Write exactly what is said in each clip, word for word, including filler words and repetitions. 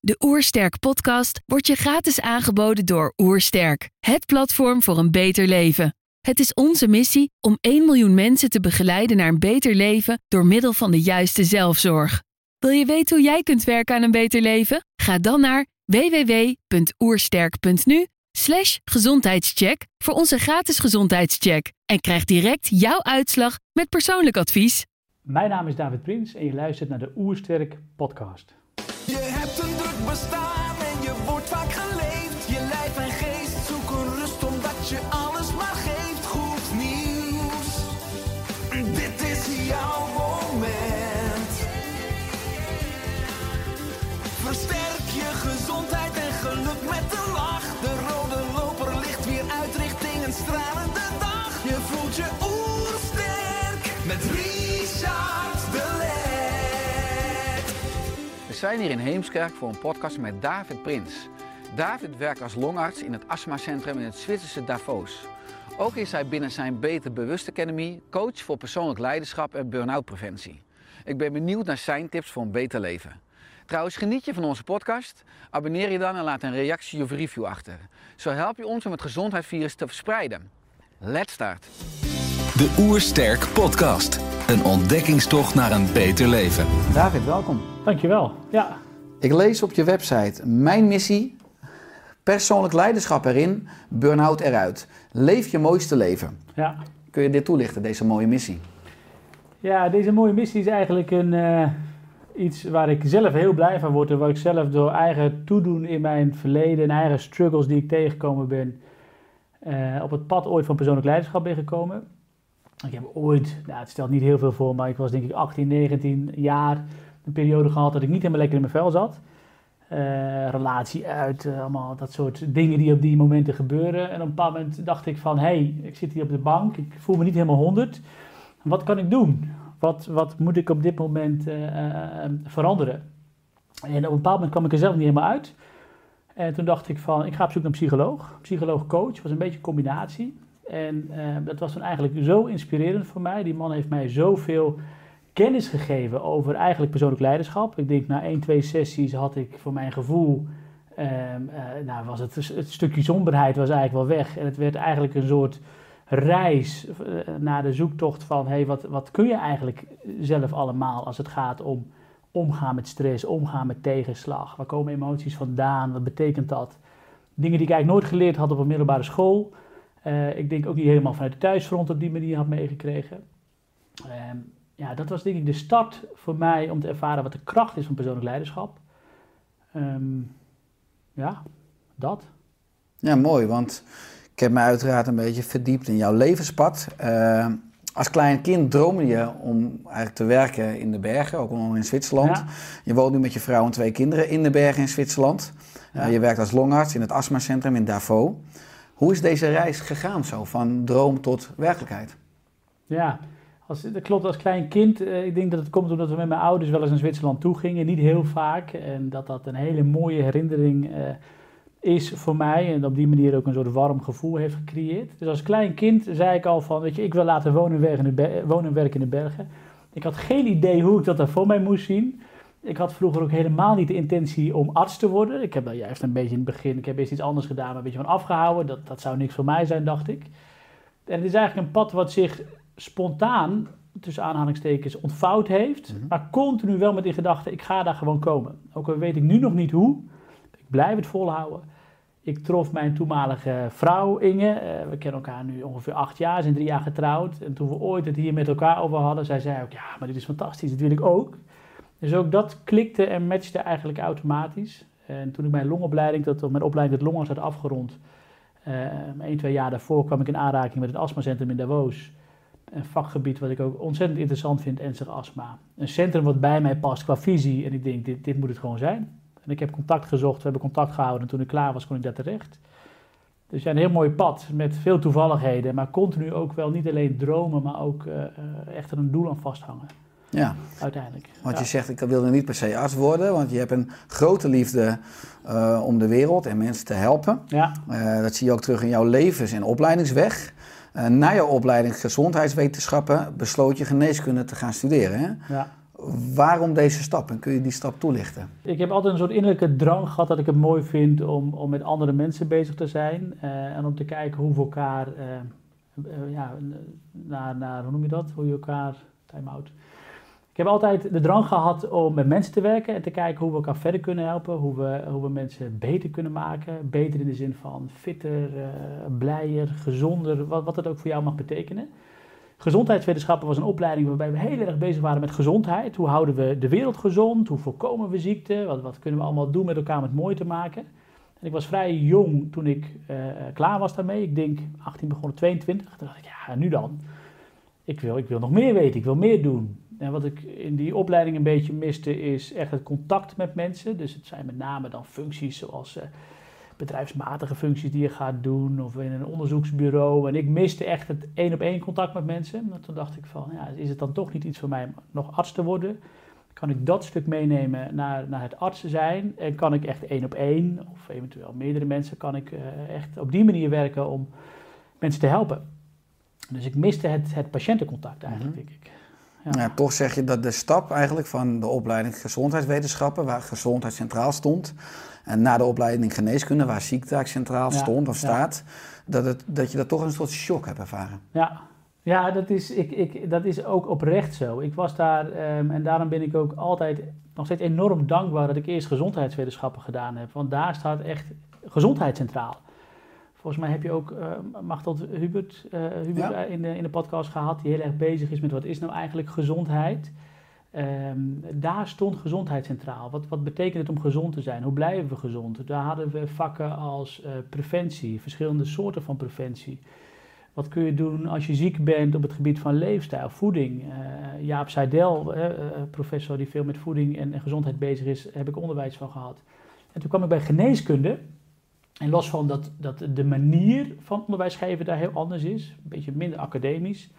De Oersterk podcast wordt je gratis aangeboden door Oersterk, het platform voor een beter leven. Het is onze missie om één miljoen mensen te begeleiden naar een beter leven door middel van de juiste zelfzorg. Wil je weten hoe jij kunt werken aan een beter leven? Ga dan naar www.oersterk.nu slash gezondheidscheck voor onze gratis gezondheidscheck en krijg direct jouw uitslag met persoonlijk advies. Mijn naam is David Prins en je luistert naar de Oersterk podcast. Je hebt een druk bestaan en je wordt vaak geleefd. Je lijf en geest zoeken rust omdat je alles maar geeft. Goed nieuws, dit is jouw moment. Versterk je gezondheid en geluk met de lach. De rode loper ligt weer uit richting een stralende dag. Je voelt je oersterk met Richard de Let. We zijn hier in Heemskerk voor een podcast met David Prins. David werkt als longarts in het astmacentrum in het Zwitserse Davos. Ook is hij binnen zijn Beter Bewust Academy coach voor persoonlijk leiderschap en burn-out preventie. Ik ben benieuwd naar zijn tips voor een beter leven. Trouwens, geniet je van onze podcast? Abonneer je dan en laat een reactie of review achter. Zo help je ons om het gezondheidsvirus te verspreiden. Let's start! De Oersterk podcast. Een ontdekkingstocht naar een beter leven. David, welkom. Dankjewel. Ja. Ik lees op je website: mijn missie, persoonlijk leiderschap erin, burn-out eruit. Leef je mooiste leven. Ja. Kun je dit toelichten, deze mooie missie? Ja, deze mooie missie is eigenlijk een, uh, iets waar ik zelf heel blij van word en waar ik zelf door eigen toedoen in mijn verleden en eigen struggles die ik tegengekomen ben, uh, op het pad ooit van persoonlijk leiderschap ben gekomen. Ik heb ooit, nou, het stelt niet heel veel voor, maar ik was denk ik achttien, negentien jaar, een periode gehad dat ik niet helemaal lekker in mijn vel zat. Uh, relatie uit, uh, allemaal dat soort dingen die op die momenten gebeuren. En op een bepaald moment dacht ik van, hé, hey, ik zit hier op de bank, ik voel me niet helemaal honderd. Wat kan ik doen? Wat, wat moet ik op dit moment uh, uh, veranderen? En op een bepaald moment kwam ik er zelf niet helemaal uit. En toen dacht ik van, ik ga op zoek naar een psycholoog. Psycholoog-coach, was een beetje een combinatie. En uh, dat was toen eigenlijk zo inspirerend voor mij. Die man heeft mij zoveel kennis gegeven over eigenlijk persoonlijk leiderschap. Ik denk na één, twee sessies had ik voor mijn gevoel, uh, uh, nou was het, het stukje somberheid was eigenlijk wel weg. En het werd eigenlijk een soort reis uh, naar de zoektocht van, hey, wat, wat kun je eigenlijk zelf allemaal als het gaat om omgaan met stress, omgaan met tegenslag. Waar komen emoties vandaan? Wat betekent dat? Dingen die ik eigenlijk nooit geleerd had op een middelbare school. Uh, ik denk ook niet helemaal vanuit de thuisfront op die manier had meegekregen. Uh, ja, dat was denk ik de start voor mij om te ervaren wat de kracht is van persoonlijk leiderschap. Um, ja, dat. Ja, mooi, want ik heb me uiteraard een beetje verdiept in jouw levenspad. Uh, als klein kind droomde je om eigenlijk te werken in de bergen, ook al in Zwitserland. Ja. Je woont nu met je vrouw en twee kinderen in de bergen in Zwitserland. Ja. Uh, je werkt als longarts in het astmacentrum in Davos. Hoe is deze reis gegaan zo, van droom tot werkelijkheid? Ja, als, dat klopt, als klein kind. Uh, ik denk dat het komt omdat we met mijn ouders wel eens naar Zwitserland toe gingen. Niet heel vaak. En dat dat een hele mooie herinnering uh, is voor mij. En op die manier ook een soort warm gevoel heeft gecreëerd. Dus als klein kind zei ik al van, weet je, ik wil laten wonen en werken in de, ber- wonen en werken in de bergen. Ik had geen idee hoe ik dat daar voor mij moest zien. Ik had vroeger ook helemaal niet de intentie om arts te worden. Ik heb dat juist een beetje in het begin, ik heb eerst iets anders gedaan, maar een beetje van afgehouden. Dat, dat zou niks voor mij zijn, dacht ik. En het is eigenlijk een pad wat zich spontaan, tussen aanhalingstekens, ontvouwd heeft. Mm-hmm. Maar continu wel met in gedachten, ik ga daar gewoon komen. Ook al weet ik nu nog niet hoe, ik blijf het volhouden. Ik trof mijn toenmalige vrouw Inge. Uh, we kennen elkaar nu ongeveer acht jaar, zijn drie jaar getrouwd. En toen we ooit het hier met elkaar over hadden, zij zei ook, ja, maar dit is fantastisch, dit wil ik ook. Dus ook dat klikte en matchte eigenlijk automatisch. En toen ik mijn longopleiding, dat, mijn opleiding tot longarts had afgerond, uh, één, twee jaar daarvoor kwam ik in aanraking met het astmacentrum in Davos. Een vakgebied wat ik ook ontzettend interessant vind, ernstig astma. Een centrum wat bij mij past qua visie en ik denk, dit, dit moet het gewoon zijn. En ik heb contact gezocht, we hebben contact gehouden en toen ik klaar was kon ik daar terecht. Dus ja, een heel mooi pad met veel toevalligheden, maar continu ook wel niet alleen dromen, maar ook uh, echt er een doel aan vasthangen. Ja, uiteindelijk. Want ja. je zegt, ik wilde niet per se arts worden, want je hebt een grote liefde uh, om de wereld en mensen te helpen. Ja. Uh, dat zie je ook terug in jouw levens- en opleidingsweg. Uh, na jouw opleiding gezondheidswetenschappen besloot je geneeskunde te gaan studeren. Hè? Ja. Waarom deze stap en kun je die stap toelichten? Ik heb altijd een soort innerlijke drang gehad dat ik het mooi vind om, om met andere mensen bezig te zijn. Uh, en om te kijken hoe we elkaar, uh, uh, ja, naar, naar, hoe noem je dat? Hoe je elkaar, time-out. Ik heb altijd de drang gehad om met mensen te werken en te kijken hoe we elkaar verder kunnen helpen. Hoe we, hoe we mensen beter kunnen maken. Beter in de zin van fitter, uh, blijer, gezonder, wat, wat het ook voor jou mag betekenen. Gezondheidswetenschappen was een opleiding waarbij we heel erg bezig waren met gezondheid. Hoe houden we de wereld gezond? Hoe voorkomen we ziekte? Wat, wat kunnen we allemaal doen met elkaar om het mooi te maken? En ik was vrij jong toen ik uh, klaar was daarmee. Ik denk achttien begonnen, tweeëntwintig. Toen dacht ik, ja, nu dan. Ik wil, ik wil nog meer weten, ik wil meer doen. En wat ik in die opleiding een beetje miste is echt het contact met mensen. Dus het zijn met name dan functies zoals uh, bedrijfsmatige functies die je gaat doen of in een onderzoeksbureau. En ik miste echt het één op één contact met mensen. En toen dacht ik van, ja, is het dan toch niet iets voor mij om nog arts te worden? Kan ik dat stuk meenemen naar, naar het artsen zijn? En kan ik echt één op één of eventueel meerdere mensen, kan ik uh, echt op die manier werken om mensen te helpen? Dus ik miste het, het patiëntencontact eigenlijk, mm-hmm. denk ik. Ja. Ja, toch zeg je dat de stap eigenlijk van de opleiding gezondheidswetenschappen, waar gezondheid centraal stond, en na de opleiding geneeskunde, waar ziekte centraal ja, stond of staat, ja. dat, het, dat je dat toch een soort shock hebt ervaren. Ja, ja dat, is, ik, ik, dat is ook oprecht zo. Ik was daar um, en daarom ben ik ook altijd nog steeds enorm dankbaar dat ik eerst gezondheidswetenschappen gedaan heb. Want daar staat echt gezondheid centraal. Volgens mij heb je ook uh, Machteld Hubert, uh, Hubert ja. in, de, in de podcast gehad, die heel erg bezig is met wat is nou eigenlijk gezondheid. Um, daar stond gezondheid centraal. Wat, wat betekent het om gezond te zijn? Hoe blijven we gezond? Daar hadden we vakken als uh, preventie, verschillende soorten van preventie. Wat kun je doen als je ziek bent op het gebied van leefstijl, voeding? Uh, Jaap Seidel, uh, uh, professor die veel met voeding en, en gezondheid bezig is, heb ik onderwijs van gehad. En toen kwam ik bij geneeskunde. En los van dat, dat de manier van onderwijs geven daar heel anders is, een beetje minder academisch.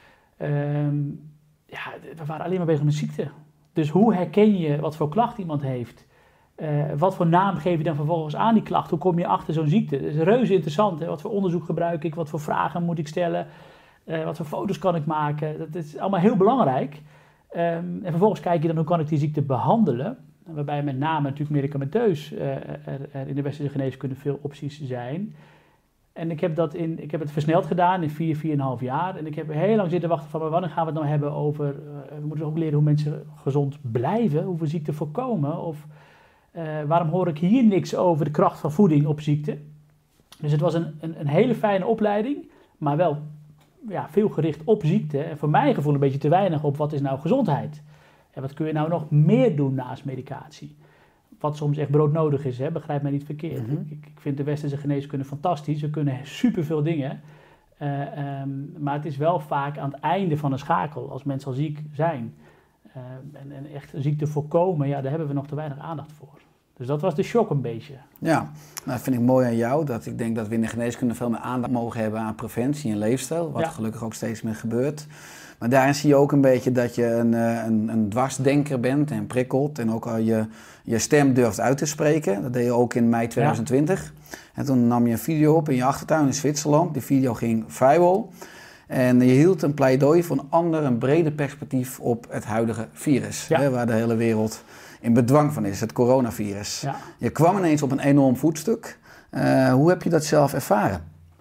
Um, ja, we waren alleen maar bezig met ziekte. Dus hoe herken je wat voor klacht iemand heeft? Uh, wat voor naam geef je dan vervolgens aan die klacht? Hoe kom je achter zo'n ziekte? Dat is reuze interessant. Hè? Wat voor onderzoek gebruik ik? Wat voor vragen moet ik stellen? Uh, wat voor foto's kan ik maken? Dat is allemaal heel belangrijk. Um, en vervolgens kijk je dan hoe kan ik die ziekte behandelen? Waarbij met name natuurlijk medicamenteus uh, er, er in de westerse geneeskunde veel opties zijn. En ik heb, dat in, ik heb het versneld gedaan in vier, vier en een half jaar. En ik heb heel lang zitten wachten van, maar wanneer gaan we het nou hebben over... Uh, we moeten ook leren hoe mensen gezond blijven, hoe we ziekte voorkomen. Of uh, waarom hoor ik hier niks over de kracht van voeding op ziekte? Dus het was een, een, een hele fijne opleiding, maar wel ja, veel gericht op ziekte. En voor mijn gevoel een beetje te weinig op wat is nou gezondheid. En wat kun je nou nog meer doen naast medicatie? Wat soms echt broodnodig is, hè? Begrijp mij niet verkeerd. Mm-hmm. ik, ik vind de westerse geneeskunde fantastisch. We kunnen superveel dingen. Uh, um, maar het is wel vaak aan het einde van een schakel, als mensen al ziek zijn. Uh, en, en echt ziekte voorkomen, ja, daar hebben we nog te weinig aandacht voor. Dus dat was de shock een beetje. Ja, nou, dat vind ik mooi aan jou. Dat ik denk dat we in de geneeskunde veel meer aandacht mogen hebben aan preventie en leefstijl. Wat ja. gelukkig ook steeds meer gebeurt. Maar daarin zie je ook een beetje dat je een, een, een dwarsdenker bent en prikkelt. En ook al je, je stem durft uit te spreken. Dat deed je ook in mei twintig twintig. Ja. En toen nam je een video op in je achtertuin in Zwitserland. Die video ging viral. En je hield een pleidooi voor een ander, een breder perspectief op het huidige virus. Ja. Hè, waar de hele wereld in bedwang van is, het coronavirus. Ja. Je kwam ineens op een enorm voetstuk. Uh, hoe heb je dat zelf ervaren?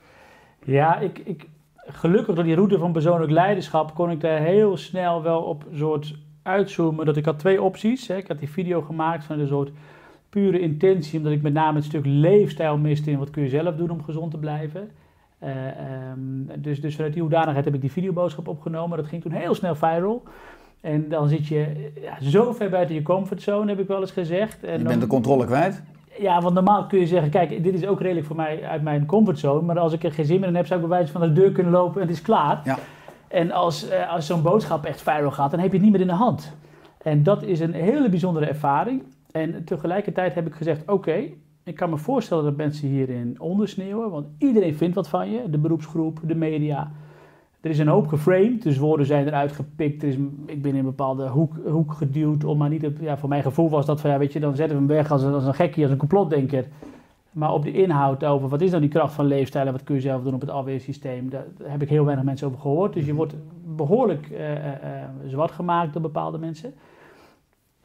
Ja, ik... ik... Gelukkig door die route van persoonlijk leiderschap kon ik daar heel snel wel op een soort uitzoomen. Dat ik had twee opties. Hè. Ik had die video gemaakt van een soort pure intentie, omdat ik met name het stuk leefstijl miste in wat kun je zelf doen om gezond te blijven. Uh, um, dus, dus vanuit die hoedanigheid heb ik die videoboodschap opgenomen. Dat ging toen heel snel viral. En dan zit je ja, zo ver buiten je comfortzone, heb ik wel eens gezegd. En je dan, bent de controle kwijt? Ja, want normaal kun je zeggen, kijk, dit is ook redelijk voor mij uit mijn comfortzone. Maar als ik er geen zin meer in heb, zou ik bij wijze van de deur kunnen lopen en het is klaar. Ja. En als, uh, als zo'n boodschap echt viral gaat, dan heb je het niet meer in de hand. En dat is een hele bijzondere ervaring. En tegelijkertijd heb ik gezegd, oké, okay, ik kan me voorstellen dat mensen hierin ondersneeuwen. Want iedereen vindt wat van je, de beroepsgroep, de media. Er is een hoop geframed, dus woorden zijn eruit gepikt. Er is, ik ben in een bepaalde hoek, hoek geduwd om maar niet... Het, ja, voor mijn gevoel was dat van, ja, weet je, dan zetten we hem weg als een, als een gekkie, als een complotdenker. Maar op de inhoud over, wat is nou die kracht van leefstijl en wat kun je zelf doen op het alweersysteem, daar, daar heb ik heel weinig mensen over gehoord. Dus je wordt behoorlijk uh, uh, zwart gemaakt door bepaalde mensen.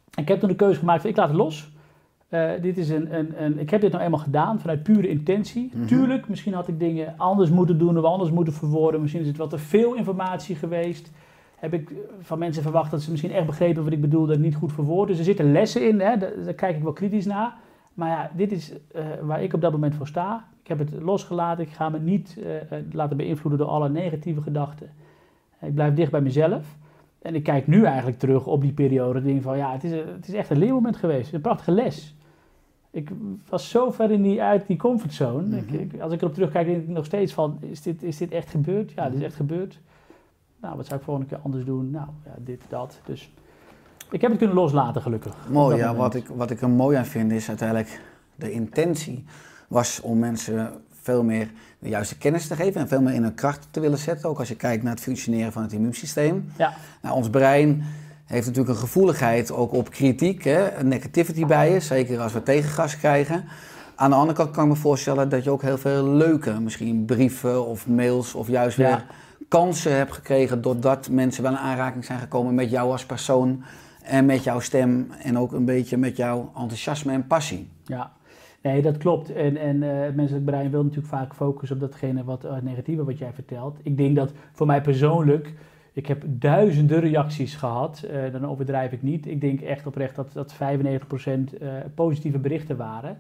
Ik heb toen de keuze gemaakt van ik laat het los. Uh, dit is een, een, een, ik heb dit nou eenmaal gedaan vanuit pure intentie. Mm-hmm. Tuurlijk, misschien had ik dingen anders moeten doen of anders moeten verwoorden. Misschien is het wat te veel informatie geweest. Heb ik van mensen verwacht dat ze misschien echt begrepen wat ik bedoel, dat ik niet goed verwoord. Dus er zitten lessen in, hè? Daar, daar kijk ik wel kritisch naar. Maar ja, dit is uh, waar ik op dat moment voor sta. Ik heb het losgelaten. Ik ga me niet uh, laten beïnvloeden door alle negatieve gedachten. Ik blijf dicht bij mezelf. En ik kijk nu eigenlijk terug op die periode en denk van ja, het is, het is echt een leermoment geweest. Een prachtige les. Ik was zo ver in die, uit die comfortzone. Mm-hmm. ik, ik, als ik erop terugkijk, denk ik nog steeds van, is dit, is dit echt gebeurd? Ja, dit is echt gebeurd. Nou, wat zou ik volgende keer anders doen? Nou, ja, dit, dat. Dus ik heb het kunnen loslaten, gelukkig. Mooi, ja. Wat ik, wat ik er mooi aan vind is uiteindelijk de intentie was om mensen veel meer de juiste kennis te geven en veel meer in hun kracht te willen zetten. Ook als je kijkt naar het functioneren van het immuunsysteem. Ja. Nou, ons brein heeft natuurlijk een gevoeligheid ook op kritiek, hè, een negativity bias, zeker als we tegengas krijgen. Aan de andere kant kan ik me voorstellen dat je ook heel veel leuke, misschien brieven of mails of juist weer ja. kansen hebt gekregen doordat mensen wel in aanraking zijn gekomen met jou als persoon en met jouw stem en ook een beetje met jouw enthousiasme en passie. Ja, nee, dat klopt. En, en uh, het menselijk brein wil natuurlijk vaak focussen op datgene wat uh, negatieve wat jij vertelt. Ik denk dat voor mij persoonlijk, ik heb duizenden reacties gehad, uh, dan overdrijf ik niet. Ik denk echt oprecht dat, dat vijfennegentig procent uh, positieve berichten waren.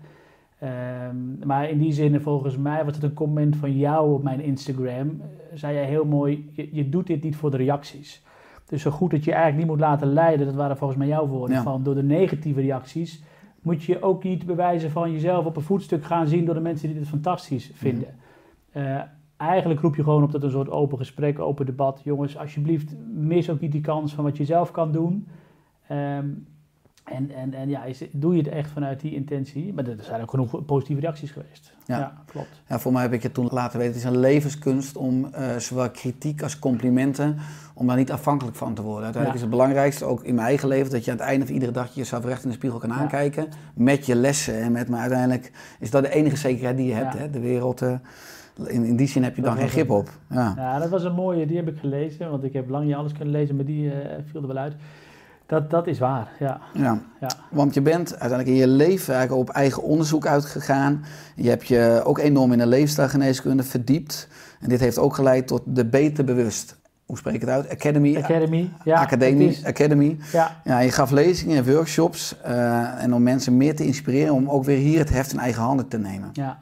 Um, maar in die zin, volgens mij was het een comment van jou op mijn Instagram. Uh, zei jij heel mooi, je, je doet dit niet voor de reacties. Dus zo goed dat je eigenlijk niet moet laten leiden, dat waren volgens mij jouw woorden, ja. van door de negatieve reacties moet je ook niet bewijzen van jezelf op een voetstuk gaan zien door de mensen die dit fantastisch vinden. Mm. Uh, eigenlijk roep je gewoon op tot een soort open gesprek, open debat. Jongens, alsjeblieft, mis ook niet die kans van wat je zelf kan doen. Um, En, en, en ja, is, doe je het echt vanuit die intentie? Maar er zijn ook genoeg positieve reacties geweest. Ja, ja klopt. Ja, voor mij heb ik je toen laten weten, het is een levenskunst om uh, zowel kritiek als complimenten, om daar niet afhankelijk van te worden. Uiteindelijk ja. is het belangrijkste, ook in mijn eigen leven, dat je aan het einde van iedere dag jezelf recht in de spiegel kan aankijken. Ja. Met je lessen en met, maar uiteindelijk is dat de enige zekerheid die je hebt. Ja. Hè? De wereld, uh, in, in die zin heb je dat dan geen grip op. Ja. ja, dat was een mooie, die heb ik gelezen, want ik heb lang niet alles kunnen lezen, maar die uh, viel er wel uit. Dat, dat is waar, ja. ja. Ja. Want je bent uiteindelijk in je leven eigenlijk op eigen onderzoek uitgegaan. Je hebt je ook enorm in de leefstijlgeneeskunde verdiept. En dit heeft ook geleid tot de Beter Bewust. Hoe spreek ik het uit? Academy. Academy, ja. Academie, is... Academy. Ja. Ja, je gaf lezingen en workshops. Uh, en om mensen meer te inspireren om ook weer hier het heft in eigen handen te nemen. Ja.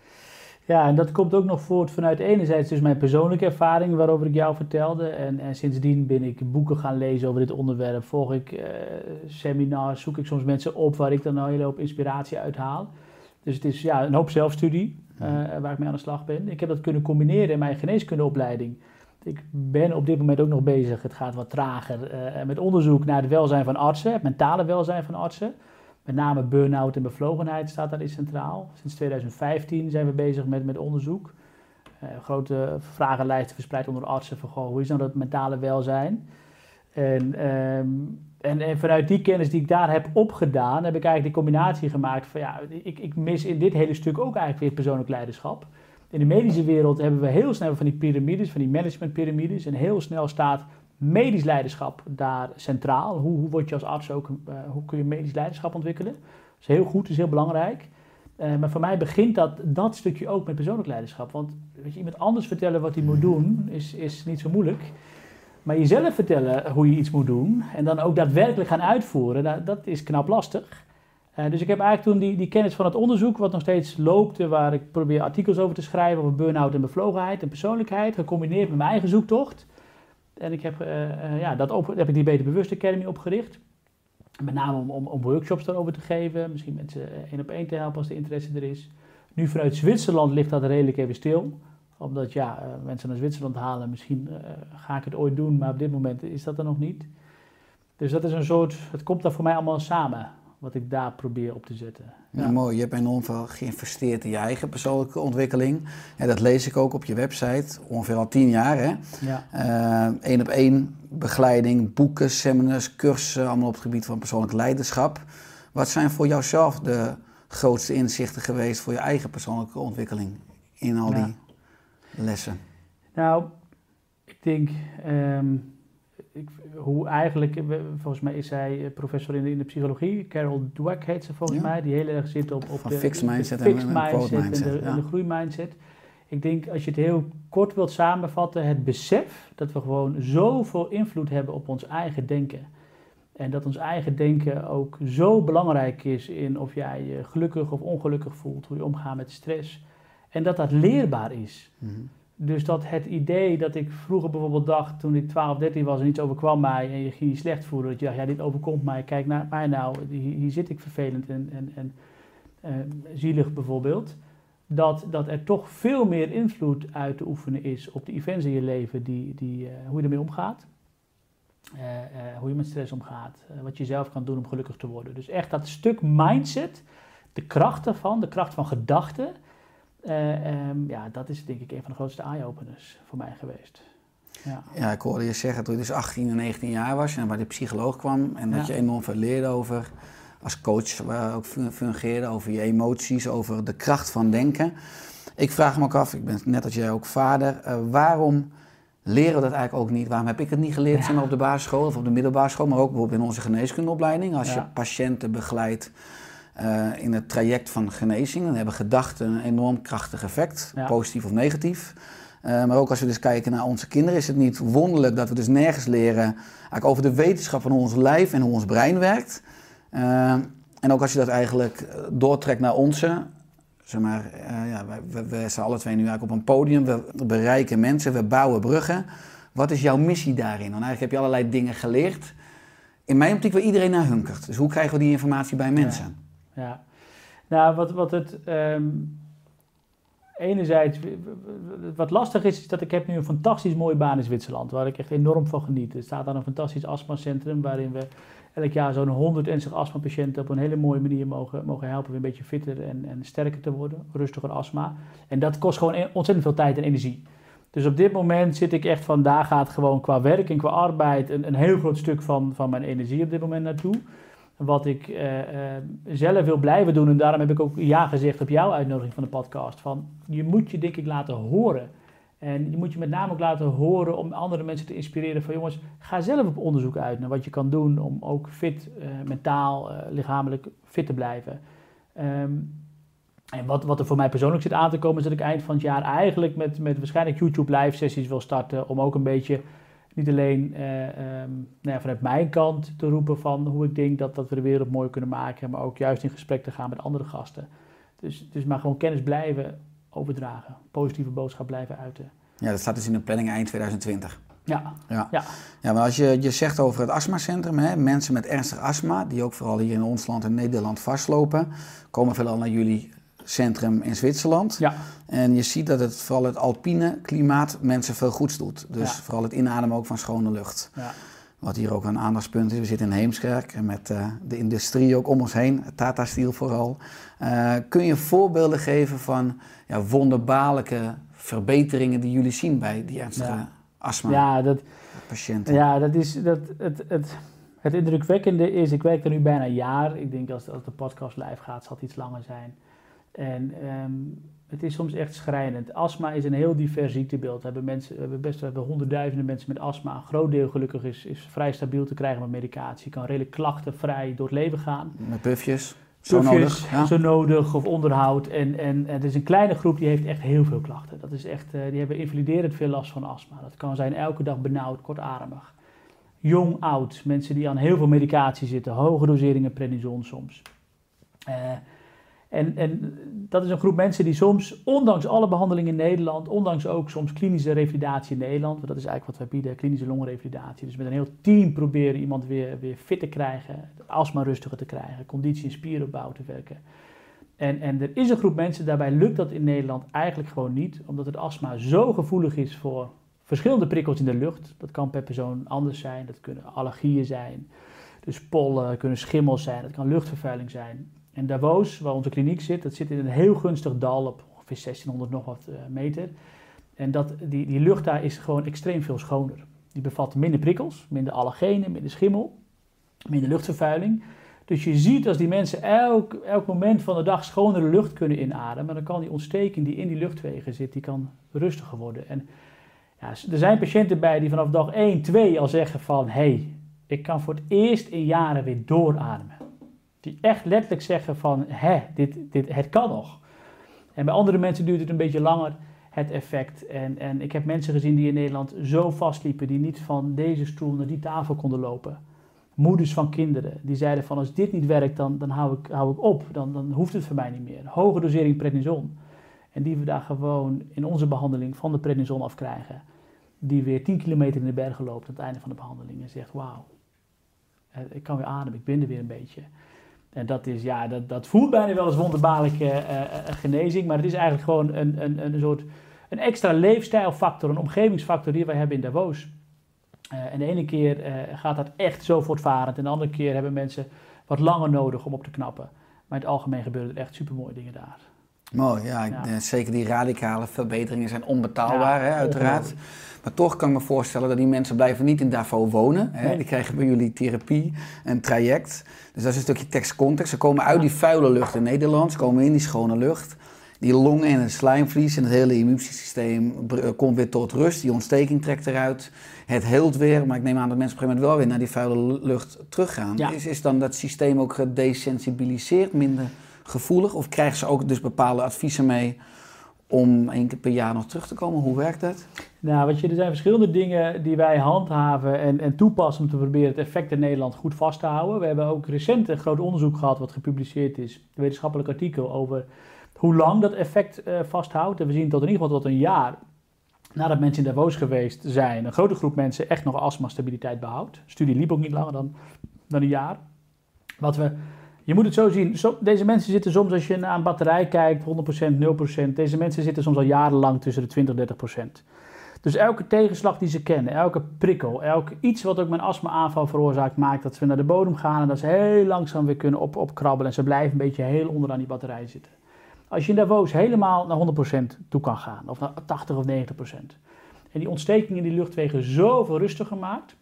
Ja, en dat komt ook nog voort vanuit enerzijds dus mijn persoonlijke ervaring waarover ik jou vertelde. En, en sindsdien ben ik boeken gaan lezen over dit onderwerp. Volg ik uh, seminars, zoek ik soms mensen op waar ik dan een hele hoop inspiratie uit haal. Dus het is ja, een hoop zelfstudie uh, waar ik mee aan de slag ben. Ik heb dat kunnen combineren in mijn geneeskundeopleiding. Ik ben op dit moment ook nog bezig, het gaat wat trager, uh, met onderzoek naar het welzijn van artsen, het mentale welzijn van artsen. Met name burn-out en bevlogenheid staat daarin centraal. Sinds tweeduizend vijftien zijn we bezig met, met onderzoek. Uh, grote vragenlijsten verspreid onder artsen van goh, hoe is nou dat mentale welzijn? En, um, en, en vanuit die kennis die ik daar heb opgedaan, heb ik eigenlijk die combinatie gemaakt van ja, ik, ik mis in dit hele stuk ook eigenlijk weer persoonlijk leiderschap. In de medische wereld hebben we heel snel van die piramides, van die managementpyramides. En heel snel staat medisch leiderschap daar centraal. Hoe, hoe word je als arts ook, uh, hoe kun je medisch leiderschap ontwikkelen? Dat is heel goed, dat is heel belangrijk. Uh, maar voor mij begint dat, dat stukje ook met persoonlijk leiderschap. Want weet je, iemand anders vertellen wat hij moet doen is, is niet zo moeilijk. Maar jezelf vertellen hoe je iets moet doen en dan ook daadwerkelijk gaan uitvoeren, dat, dat is knap lastig. Uh, dus ik heb eigenlijk toen die, die kennis van het onderzoek, wat nog steeds loopt, waar ik probeer artikels over te schrijven over burn-out en bevlogenheid en persoonlijkheid, gecombineerd met mijn eigen zoektocht. En ik heb, uh, uh, ja, dat op, heb ik die Beter Bewust Academy opgericht. Met name om, om, om workshops daarover te geven, misschien mensen één op één te helpen als de interesse er is. Nu vanuit Zwitserland ligt dat redelijk even stil. Omdat ja, uh, mensen naar Zwitserland halen, misschien uh, ga ik het ooit doen, maar op dit moment is dat er nog niet. Dus dat is een soort, het komt daar voor mij allemaal samen, wat ik daar probeer op te zetten. Ja. Ja, mooi. Je hebt enorm veel geïnvesteerd in je eigen persoonlijke ontwikkeling. En dat lees ik ook op je website, ongeveer al tien jaar. Hè? Ja. Uh, één op één begeleiding, boeken, seminars, cursussen, allemaal op het gebied van persoonlijk leiderschap. Wat zijn voor jouzelf de grootste inzichten geweest voor je eigen persoonlijke ontwikkeling in al ja. die lessen? Nou, ik denk, um, ik, hoe eigenlijk, volgens mij is zij professor in de, in de psychologie, Carol Dweck heet ze volgens ja. mij, die heel erg zit op, op Van de fixed mindset, de fixed en, en, mindset en, mindset, de, ja. en de groeimindset. Ik denk, als je het heel kort wilt samenvatten, het besef dat we gewoon zoveel invloed hebben op ons eigen denken. En dat ons eigen denken ook zo belangrijk is in of jij je gelukkig of ongelukkig voelt, hoe je omgaat met stress. En dat dat leerbaar is. Mm-hmm. Dus dat het idee dat ik vroeger bijvoorbeeld dacht, toen ik twaalf, dertien was en iets overkwam mij en je ging je slecht voelen, dat je dacht, ja, dit overkomt mij, kijk naar mij nou, hier, hier zit ik vervelend en, en, en uh, zielig bijvoorbeeld. Dat, dat er toch veel meer invloed uit te oefenen is op de events in je leven, die, die, uh, hoe je ermee omgaat. Uh, uh, hoe je met stress omgaat, uh, wat je zelf kan doen om gelukkig te worden. Dus echt dat stuk mindset, de kracht daarvan, de kracht van gedachten, uh, um, ja, dat is denk ik een van de grootste eye-openers voor mij geweest. Ja. ja, ik hoorde je zeggen toen je dus achttien en negentien jaar was en waar de psycholoog kwam en dat ja. je enorm veel leerde over, als coach waar ook fungeerde, over je emoties, over de kracht van denken. Ik vraag me ook af, ik ben net als jij ook vader, uh, waarom leren we dat eigenlijk ook niet? Waarom heb ik het niet geleerd, ja. zeg maar, op de basisschool of op de middelbare school, maar ook bijvoorbeeld in onze geneeskundeopleiding. Als ja. je patiënten begeleidt uh, in het traject van genezing, dan hebben gedachten een enorm krachtig effect, ja. positief of negatief. Uh, maar ook als we dus kijken naar onze kinderen, is het niet wonderlijk dat we dus nergens leren eigenlijk over de wetenschap van hoe ons lijf en hoe ons brein werkt. Uh, en ook als je dat eigenlijk doortrekt naar onze... Zeg maar, uh, ja, we, we staan alle twee nu eigenlijk op een podium, we bereiken mensen, we bouwen bruggen. Wat is jouw missie daarin? Want eigenlijk heb je allerlei dingen geleerd. In mijn optiek waar iedereen naar hunkert. Dus hoe krijgen we die informatie bij mensen? Ja, ja. Nou, wat, wat het um, enerzijds, wat lastig is, is dat ik heb nu een fantastisch mooie baan in Zwitserland, waar ik echt enorm van geniet. Er staat daar een fantastisch astmacentrum waarin we elk jaar zo'n honderd ernstige astmapatiënten op een hele mooie manier mogen, mogen helpen weer een beetje fitter en, en sterker te worden, rustiger astma. En dat kost gewoon ontzettend veel tijd en energie. Dus op dit moment zit ik echt van, daar gaat gewoon qua werk en qua arbeid een, een heel groot stuk van, van mijn energie op dit moment naartoe. Wat ik uh, uh, zelf wil blijven doen en daarom heb ik ook ja gezegd op jouw uitnodiging van de podcast. Van, je moet je denk ik laten horen. En je moet je met name ook laten horen om andere mensen te inspireren van jongens, ga zelf op onderzoek uit naar wat je kan doen om ook fit, uh, mentaal, uh, lichamelijk fit te blijven. Um, en wat, wat er voor mij persoonlijk zit aan te komen is dat ik eind van het jaar eigenlijk met, met waarschijnlijk YouTube live sessies wil starten om ook een beetje niet alleen uh, um, nou ja, vanuit mijn kant te roepen van hoe ik denk dat, dat we de wereld mooi kunnen maken, maar ook juist in gesprek te gaan met andere gasten. Dus, dus maar gewoon kennis blijven overdragen, positieve boodschap blijven uiten. Ja, dat staat dus in de planning eind twintig twintig. Ja. Ja. ja. Ja, maar als je, je zegt over het astmacentrum, hè, mensen met ernstig astma, die ook vooral hier in ons land en Nederland vastlopen, komen veelal naar jullie centrum in Zwitserland. Ja. En je ziet dat het vooral het alpine klimaat mensen veel goeds doet. Dus ja. vooral het inademen ook van schone lucht. Ja. Wat hier ook een aandachtspunt is. We zitten in Heemskerk en met uh, de industrie ook om ons heen. Tata Steel vooral. Uh, kun je voorbeelden geven van ja, wonderbaarlijke verbeteringen die jullie zien bij die ernstige ja. astma ja, dat, patiënten? Ja, dat is dat, het, het, het indrukwekkende is, ik werk er nu bijna een jaar. Ik denk als, als de podcast live gaat, zal het iets langer zijn. En um, het is soms echt schrijnend. Astma is een heel divers ziektebeeld. We hebben, mensen, we hebben best we hebben honderdduizenden mensen met astma. Een groot deel gelukkig is, is vrij stabiel te krijgen met medicatie. Je kan redelijk klachtenvrij door het leven gaan. Met puffjes, zo puffjes, nodig. Ja. Zo nodig of onderhoud. En, en, en het is een kleine groep die heeft echt heel veel klachten. Dat is echt, uh, die hebben invaliderend veel last van astma. Dat kan zijn elke dag benauwd, kortademig. Jong, oud. Mensen die aan heel veel medicatie zitten. Hoge doseringen prednison soms. Uh, En, en dat is een groep mensen die soms, ondanks alle behandelingen in Nederland, ondanks ook soms klinische revalidatie in Nederland, want dat is eigenlijk wat wij bieden, klinische longrevalidatie. Dus met een heel team proberen iemand weer, weer fit te krijgen, astma rustiger te krijgen, conditie en spieropbouw te werken. En, en er is een groep mensen, daarbij lukt dat in Nederland eigenlijk gewoon niet, omdat het astma zo gevoelig is voor verschillende prikkels in de lucht. Dat kan per persoon anders zijn, dat kunnen allergieën zijn, dus pollen, dat kunnen schimmels zijn, dat kan luchtvervuiling zijn. En Davos, waar onze kliniek zit, dat zit in een heel gunstig dal op ongeveer zestienhonderd nog wat uh, meter. En dat, die, die lucht daar is gewoon extreem veel schoner. Die bevat minder prikkels, minder allergenen, minder schimmel, minder luchtvervuiling. Dus je ziet als die mensen elk, elk moment van de dag schonere lucht kunnen inademen, dan kan die ontsteking die in die luchtwegen zit, die kan rustiger worden. En Ja, er zijn patiënten bij die vanaf dag één, twee al zeggen van... hé, hey, ik kan voor het eerst in jaren weer doorademen. Die echt letterlijk zeggen van, hé, dit, dit, het kan nog. En bij andere mensen duurt het een beetje langer, het effect. En, en ik heb mensen gezien die in Nederland zo vastliepen... die niet van deze stoel naar die tafel konden lopen. Moeders van kinderen, die zeiden van, als dit niet werkt, dan, dan hou, ik, hou ik op. Dan, dan hoeft het voor mij niet meer. Hoge dosering prednison. En die we daar gewoon in onze behandeling van de prednison afkrijgen... die weer tien kilometer in de bergen loopt aan het einde van de behandeling... en zegt, wauw, ik kan weer ademen, ik ben er weer een beetje... En dat, is, ja, dat, dat voelt bijna wel als wonderbaarlijke uh, uh, genezing, maar het is eigenlijk gewoon een, een, een soort een extra leefstijlfactor, een omgevingsfactor die wij hebben in Davos. Uh, en de ene keer uh, gaat dat echt zo voortvarend en de andere keer hebben mensen wat langer nodig om op te knappen. Maar in het algemeen gebeuren er echt supermooie dingen daar. Mooi, ja. Ja. Ik, zeker die radicale verbeteringen zijn onbetaalbaar, ja, hè, uiteraard. Maar toch kan ik me voorstellen dat die mensen blijven niet in Davos wonen. Hè. Nee. Die krijgen bij jullie therapie, een traject. Dus dat is een stukje tekst-context. Ze komen uit die vuile lucht in Nederland, ze komen in die schone lucht. Die longen en het slijmvlies en het hele immuunsysteem komt weer tot rust. Die ontsteking trekt eruit. Het heelt weer, maar ik neem aan dat mensen op een gegeven moment wel weer naar die vuile lucht teruggaan. Ja. Is, is dan dat systeem ook gedesensibiliseerd, minder gevoelig? Of krijgen ze ook dus bepaalde adviezen mee om één keer per jaar nog terug te komen? Hoe werkt dat? Nou, weet je, er zijn verschillende dingen die wij handhaven en, en toepassen om te proberen het effect in Nederland goed vast te houden. We hebben ook recent een groot onderzoek gehad wat gepubliceerd is, een wetenschappelijk artikel over hoe lang dat effect uh, vasthoudt. En we zien tot in ieder geval tot een jaar nadat mensen in Davos geweest zijn, een grote groep mensen echt nog astma-stabiliteit behoudt. De studie liep ook niet langer dan, dan een jaar. Wat we, je moet het zo zien, so, deze mensen zitten soms, als je naar een batterij kijkt, honderd procent, nul procent. Deze mensen zitten soms al jarenlang tussen de twintig en dertig procent. Dus elke tegenslag die ze kennen, elke prikkel, elk iets wat ook mijn astma-aanval veroorzaakt, maakt dat ze naar de bodem gaan en dat ze heel langzaam weer kunnen op, opkrabbelen. En ze blijven een beetje heel onderaan die batterij zitten. Als je in Davos helemaal naar honderd procent toe kan gaan, of naar tachtig of negentig procent, en die ontsteking in die luchtwegen zoveel rustiger maakt,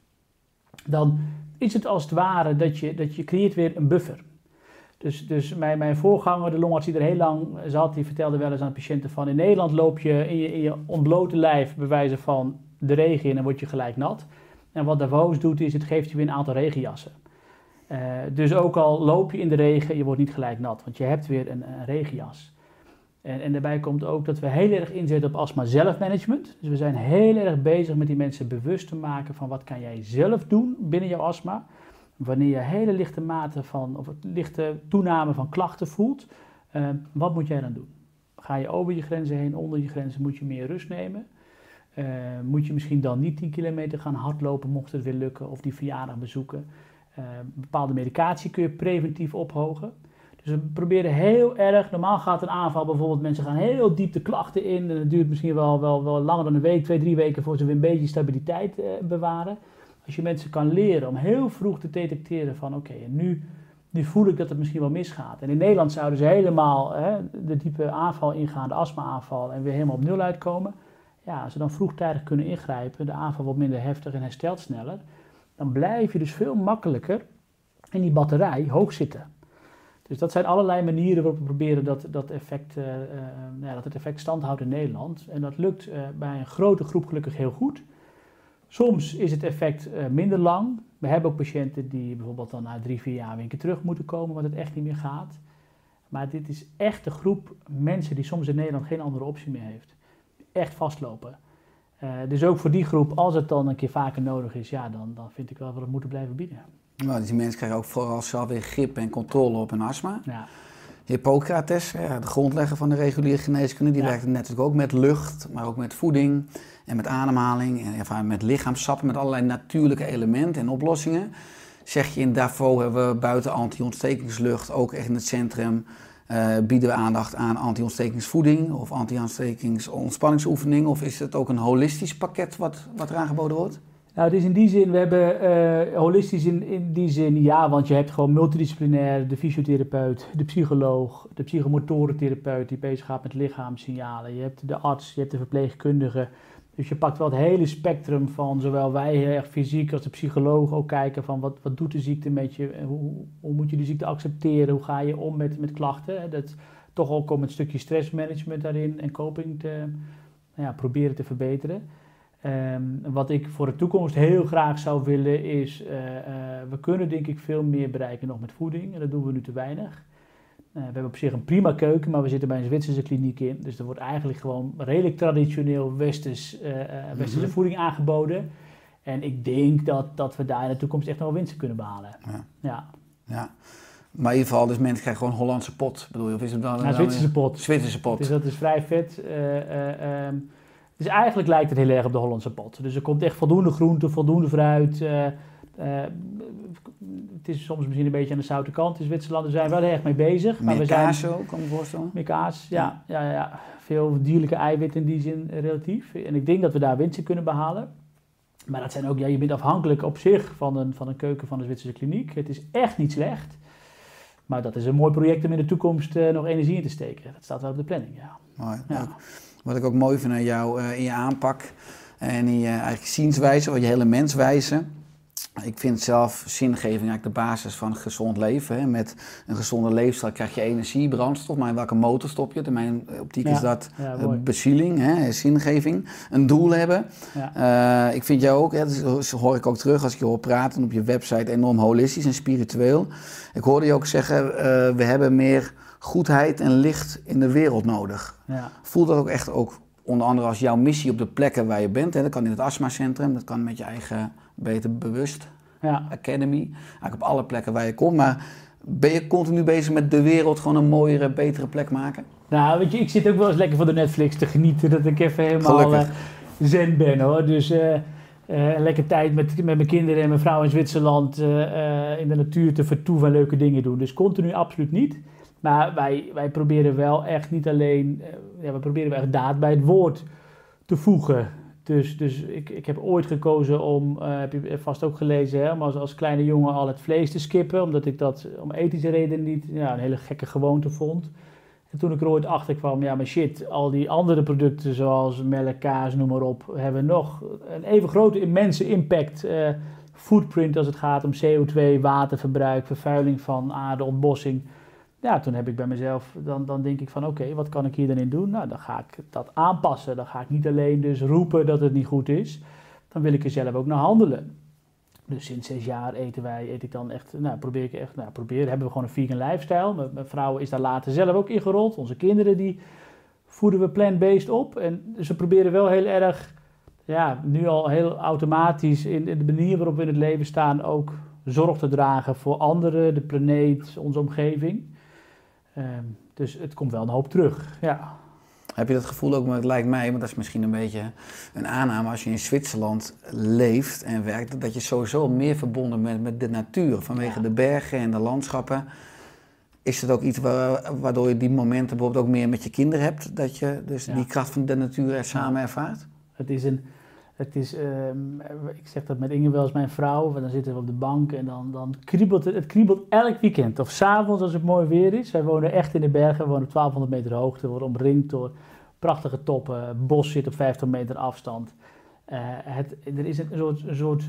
dan is het als het ware dat je, dat je creëert weer een buffer. Dus, dus mijn, mijn voorganger, de longarts die er heel lang zat, die vertelde wel eens aan patiënten van, in Nederland loop je in je, in je ontblote lijf bij wijze van de regen in en word je gelijk nat. En wat Davos doet is, het geeft je weer een aantal regenjassen. Uh, dus ook al loop je in de regen, je wordt niet gelijk nat, want je hebt weer een, een regenjas. En, en daarbij komt ook dat we heel erg inzetten op astma zelfmanagement. Dus we zijn heel erg bezig met die mensen bewust te maken van wat kan jij zelf doen binnen jouw astma. Wanneer je hele lichte mate van, of lichte toename van klachten voelt, uh, wat moet jij dan doen? Ga je over je grenzen heen, onder je grenzen, moet je meer rust nemen? Uh, moet je misschien dan niet tien kilometer gaan hardlopen, mocht het weer lukken, of die verjaardag bezoeken? Uh, bepaalde medicatie kun je preventief ophogen. Dus we proberen heel erg, normaal gaat een aanval bijvoorbeeld, mensen gaan heel diep de klachten in. En het duurt misschien wel, wel, wel langer dan een week, twee, drie weken voor ze weer een beetje stabiliteit uh, bewaren. Als je mensen kan leren om heel vroeg te detecteren van oké, okay, nu, nu voel ik dat het misschien wel misgaat. En in Nederland zouden ze helemaal hè, de diepe aanval ingaan, de astma-aanval en weer helemaal op nul uitkomen. Ja, als ze dan vroegtijdig kunnen ingrijpen, de aanval wordt minder heftig en herstelt sneller, dan blijf je dus veel makkelijker in die batterij hoog zitten. Dus dat zijn allerlei manieren waarop we proberen dat, dat, effect, uh, uh, ja, dat het effect stand houdt in Nederland. En dat lukt uh, bij een grote groep gelukkig heel goed. Soms is het effect uh, minder lang. We hebben ook patiënten die bijvoorbeeld dan na drie, vier jaar weer een keer terug moeten komen, want het echt niet meer gaat. Maar dit is echt de groep mensen die soms in Nederland geen andere optie meer heeft. Echt vastlopen. Uh, dus ook voor die groep, als het dan een keer vaker nodig is, ja, dan, dan vind ik wel dat we het moeten blijven bieden. Nou, dus die mensen krijgen ook vooral zelf weer grip en controle op hun astma. Ja. Hippocrates, ja, de grondlegger van de reguliere geneeskunde, die ja. werkt natuurlijk ook met lucht, maar ook met voeding en met ademhaling en enfin, met lichaamssappen, met allerlei natuurlijke elementen en oplossingen. Zeg je in Davos hebben we buiten anti-ontstekingslucht, ook echt in het centrum, uh, bieden we aandacht aan anti-ontstekingsvoeding of anti-ontstekingsontspanningsoefening, of is het ook een holistisch pakket wat, wat er aangeboden wordt? Nou, het is in die zin, we hebben uh, holistisch in, in die zin, ja, want je hebt gewoon multidisciplinair de fysiotherapeut, de psycholoog, de psychomotorentherapeut die bezig gaat met lichaamssignalen. Je hebt de arts, je hebt de verpleegkundige. Dus je pakt wel het hele spectrum van zowel wij heel erg fysiek als de psycholoog ook kijken van wat, wat doet de ziekte met je, hoe, hoe moet je de ziekte accepteren, hoe ga je om met, met klachten. Dat toch ook om een stukje stressmanagement daarin en coping te nou ja, proberen te verbeteren. Um, wat ik voor de toekomst heel graag zou willen is, uh, uh, we kunnen denk ik veel meer bereiken nog met voeding en dat doen we nu te weinig. Uh, we hebben op zich een prima keuken, maar we zitten bij een Zwitserse kliniek in, dus er wordt eigenlijk gewoon redelijk traditioneel westers, uh, uh, westerse mm-hmm. voeding aangeboden. En ik denk dat, dat we daar in de toekomst echt nog wel winsten kunnen behalen. Ja. Ja. ja. Maar in ieder geval, dus mensen krijgen gewoon Hollandse pot, bedoel je? Of is het dan, nou, dan Zwitserse pot. Zwitserse pot. Dus dat is vrij vet. Uh, uh, um, dus eigenlijk lijkt het heel erg op de Hollandse pot. Dus er komt echt voldoende groente, voldoende fruit. Uh, uh, het is soms misschien een beetje aan de zoute kant in Zwitserland. Daar zijn we wel erg mee bezig. Meer maar we kaas zijn, ook, kan ik me voorstellen? Meer kaas, ja, ja. Ja, ja. Veel dierlijke eiwitten in die zin relatief. En ik denk dat we daar winst in kunnen behalen. Maar dat zijn ook, ja, je bent afhankelijk op zich van een, van een keuken van de Zwitserse kliniek. Het is echt niet slecht. Maar dat is een mooi project om in de toekomst uh, nog energie in te steken. Dat staat wel op de planning, ja. Mooi. Ja. Wat ik ook mooi vind aan jou uh, in je aanpak en in je eigenlijk zienswijze, of je hele menswijze. Ik vind zelf zingeving eigenlijk de basis van een gezond leven. Hè. Met een gezonde leefstijl krijg je energie, brandstof, maar in welke motor stop je? In mijn optiek ja. is dat ja, uh, bezieling, hè, zingeving, een doel hebben. Ja. Uh, ik vind jou ook, hè, dat hoor ik ook terug als ik je hoor praten op je website, enorm holistisch en spiritueel. Ik hoorde je ook zeggen, uh, we hebben meer goedheid en licht in de wereld nodig. Ja. Voel dat ook echt ook onder andere als jouw missie op de plekken waar je bent. Hè? Dat kan in het astmacentrum, dat kan met je eigen Beter Bewust ja. Academy. Eigenlijk op alle plekken waar je komt. Maar ben je continu bezig met de wereld gewoon een mooiere, betere plek maken? Nou, weet je, ik zit ook wel eens lekker van de Netflix te genieten. Dat ik even helemaal uh, zen ben, hoor. Dus uh, uh, lekker tijd met, met mijn kinderen en mijn vrouw in Zwitserland uh, uh, in de natuur te vertoeven en leuke dingen doen. Dus continu absoluut niet. Maar wij, wij proberen wel echt niet alleen, uh, ja, we proberen wel echt daad bij het woord te voegen. Dus, dus ik, ik heb ooit gekozen om, uh, heb je vast ook gelezen, hè, om als, als kleine jongen al het vlees te skippen. Omdat ik dat om ethische redenen niet, ja, een hele gekke gewoonte vond. En toen ik er ooit achter kwam, ja maar shit, al die andere producten zoals melk, kaas, noem maar op, hebben nog een even grote immense impact, uh, footprint als het gaat om C O twee, waterverbruik, vervuiling van aarde, ontbossing. Ja, toen heb ik bij mezelf, dan, dan denk ik van oké, okay, wat kan ik hier dan in doen? Nou, dan ga ik dat aanpassen. Dan ga ik niet alleen dus roepen dat het niet goed is. Dan wil ik er zelf ook naar handelen. Dus sinds zes jaar eten wij, eet ik dan echt, nou probeer ik echt, nou probeer, hebben we gewoon een vegan lifestyle. Mijn, mijn vrouw is daar later zelf ook ingerold. Onze kinderen die voeden we plant-based op. En ze proberen wel heel erg, ja, nu al heel automatisch in, in de manier waarop we in het leven staan ook zorg te dragen voor anderen, de planeet, onze omgeving. Um, dus het komt wel een hoop terug, ja. Heb je dat gevoel ook, maar het lijkt mij, maar dat is misschien een beetje een aanname als je in Zwitserland leeft en werkt, dat je sowieso meer verbonden bent met de natuur, vanwege ja. de bergen en de landschappen. Is het ook iets wa- waardoor je die momenten bijvoorbeeld ook meer met je kinderen hebt, dat je dus ja. die kracht van de natuur er samen ervaart? Het is een... Het is, um, ik zeg dat met Inge wel eens mijn vrouw, dan zitten we op de bank en dan, dan kriebelt het, het kriebelt elk weekend. Of 's avonds als het mooi weer is. Wij wonen echt in de bergen, we wonen op twaalfhonderd meter hoogte, we worden omringd door prachtige toppen, het bos zit op vijftig meter afstand. Uh, het, er is een soort, een soort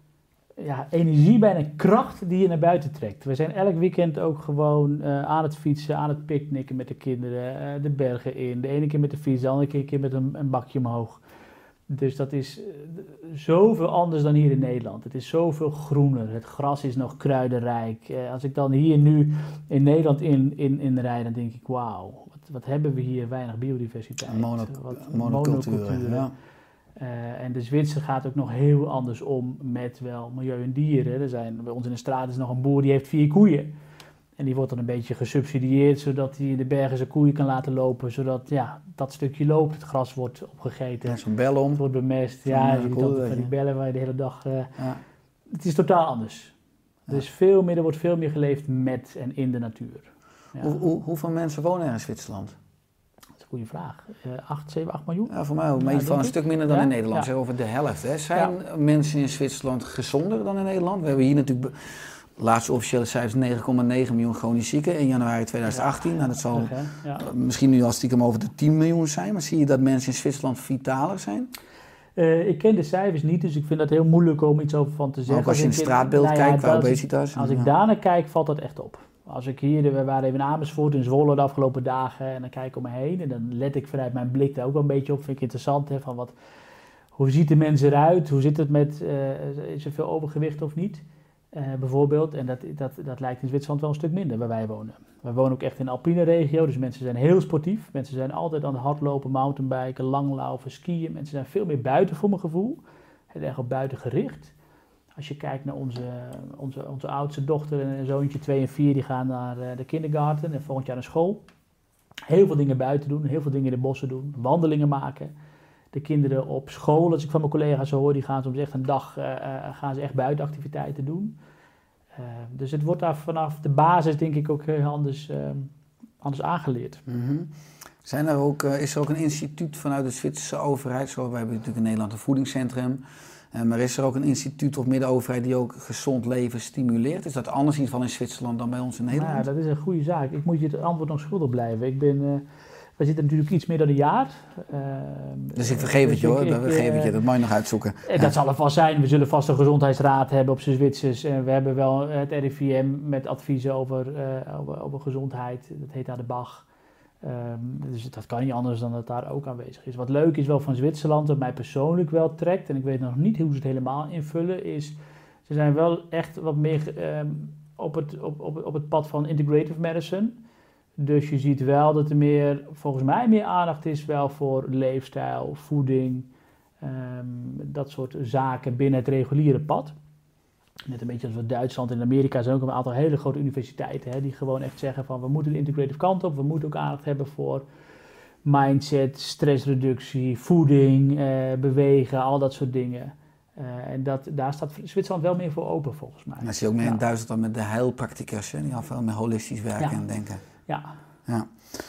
ja, energie, bijna kracht die je naar buiten trekt. We zijn elk weekend ook gewoon uh, aan het fietsen, aan het picknicken met de kinderen, uh, de bergen in. De ene keer met de fiets, de andere keer met een, een bakje omhoog. Dus dat is zoveel anders dan hier in Nederland. Het is zoveel groener. Het gras is nog kruidenrijk. Eh, als ik dan hier nu in Nederland in, in, in rijd, dan denk ik, wauw, wat, wat hebben we hier weinig biodiversiteit. Mono, wat monocultuur, ja. Uh, en de Zwitser gaat ook nog heel anders om met wel milieu en dieren. Er zijn, bij ons in de straat is nog een boer die heeft vier koeien. En die wordt dan een beetje gesubsidieerd, zodat hij in de bergen zijn koeien kan laten lopen. Zodat ja, dat stukje loopt, het gras wordt opgegeten. Ja, zo'n bel om. Het wordt bemest. Ja, ja, je ziet altijd van die bellen waar je de hele dag... Uh, ja. Het is totaal anders. Ja. Dus veel meer, er wordt veel meer geleefd met en in de natuur. Ja. Hoe, hoe, hoeveel mensen wonen er in Zwitserland? Dat is een goede vraag. Uh, acht, zeven, acht miljoen? Ja, voor mij ook. Maar in ieder geval een stuk minder dan ja? in Nederland. Ja. Zeg over de helft. Hè. Zijn ja. mensen in Zwitserland gezonder dan in Nederland? We hebben hier natuurlijk... Be- Laatste officiële cijfers negen komma negen miljoen chronisch zieken in januari tweeduizend achttien. Ja, nou, dat zal ja. misschien nu al stiekem over de tien miljoen zijn. Maar zie je dat mensen in Zwitserland vitaler zijn? Uh, ik ken de cijfers niet, dus ik vind dat heel moeilijk om iets over van te zeggen. Ook als je in het straatbeeld nou ja, kijkt qua obesitas. Als ja. ik daarnaar kijk, valt dat echt op. Als ik hier, we waren even in Amersfoort, in Zwolle de afgelopen dagen. En dan kijk ik om me heen en dan let ik vanuit mijn blik daar ook wel een beetje op. Vind ik interessant, hè, van wat... hoe ziet de mens eruit? Hoe zit het met, uh, is er veel overgewicht of niet? Uh, bijvoorbeeld. En dat, dat, dat lijkt in Zwitserland wel een stuk minder waar wij wonen. We wonen ook echt in een alpine regio, dus mensen zijn heel sportief. Mensen zijn altijd aan het hardlopen, mountainbiken, langlaufen, skiën. Mensen zijn veel meer buiten voor mijn gevoel. Heel erg op buiten gericht. Als je kijkt naar onze, onze, onze oudste dochter en een zoontje twee en vier, die gaan naar de kindergarten en volgend jaar naar school. Heel veel dingen buiten doen, heel veel dingen in de bossen doen, wandelingen maken. De kinderen op school, als ik van mijn collega's hoor, die gaan soms echt een dag uh, gaan ze echt buitenactiviteiten doen. Uh, dus het wordt daar vanaf de basis denk ik ook heel anders, uh, anders aangeleerd. Mm-hmm. Zijn er ook, uh, is er ook een instituut vanuit de Zwitserse overheid, zo, we hebben natuurlijk in Nederland een voedingscentrum, uh, maar is er ook een instituut of midden-overheid die ook gezond leven stimuleert? Is dat anders in ieder geval in Zwitserland dan bij ons in Nederland? Ja, dat is een goede zaak. Ik moet je het antwoord nog schuldig blijven. Ik ben... Uh, We zitten natuurlijk iets meer dan een jaar. Uh, dus ik vergeef het je hoor, dat vergeef het je, dat mag je nog uitzoeken. Dat ja. zal er vast zijn. We zullen vast een gezondheidsraad hebben op zijn Zwitsers. En we hebben wel het R I V M met adviezen over, uh, over, over gezondheid. Dat heet aan de Bach. Um, dus dat kan niet anders dan dat daar ook aanwezig is. Wat leuk is wel van Zwitserland, wat mij persoonlijk wel trekt, en ik weet nog niet hoe ze het helemaal invullen, is ze zijn wel echt wat meer um, op, het, op, op, op het pad van integrative medicine. Dus je ziet wel dat er meer, volgens mij meer aandacht is wel voor leefstijl, voeding, um, dat soort zaken binnen het reguliere pad. Net een beetje als we Duitsland en Amerika zijn ook een aantal hele grote universiteiten hè, die gewoon echt zeggen van we moeten de integrative kant op, we moeten ook aandacht hebben voor mindset, stressreductie, voeding, uh, bewegen, al dat soort dingen. Uh, en dat, daar staat Zwitserland wel meer voor open volgens mij. En dat zie je ook meer ja. in Duitsland dan met de heilpracticus, hè, die al veel meer holistisch werken ja. en denken. Ja. ja.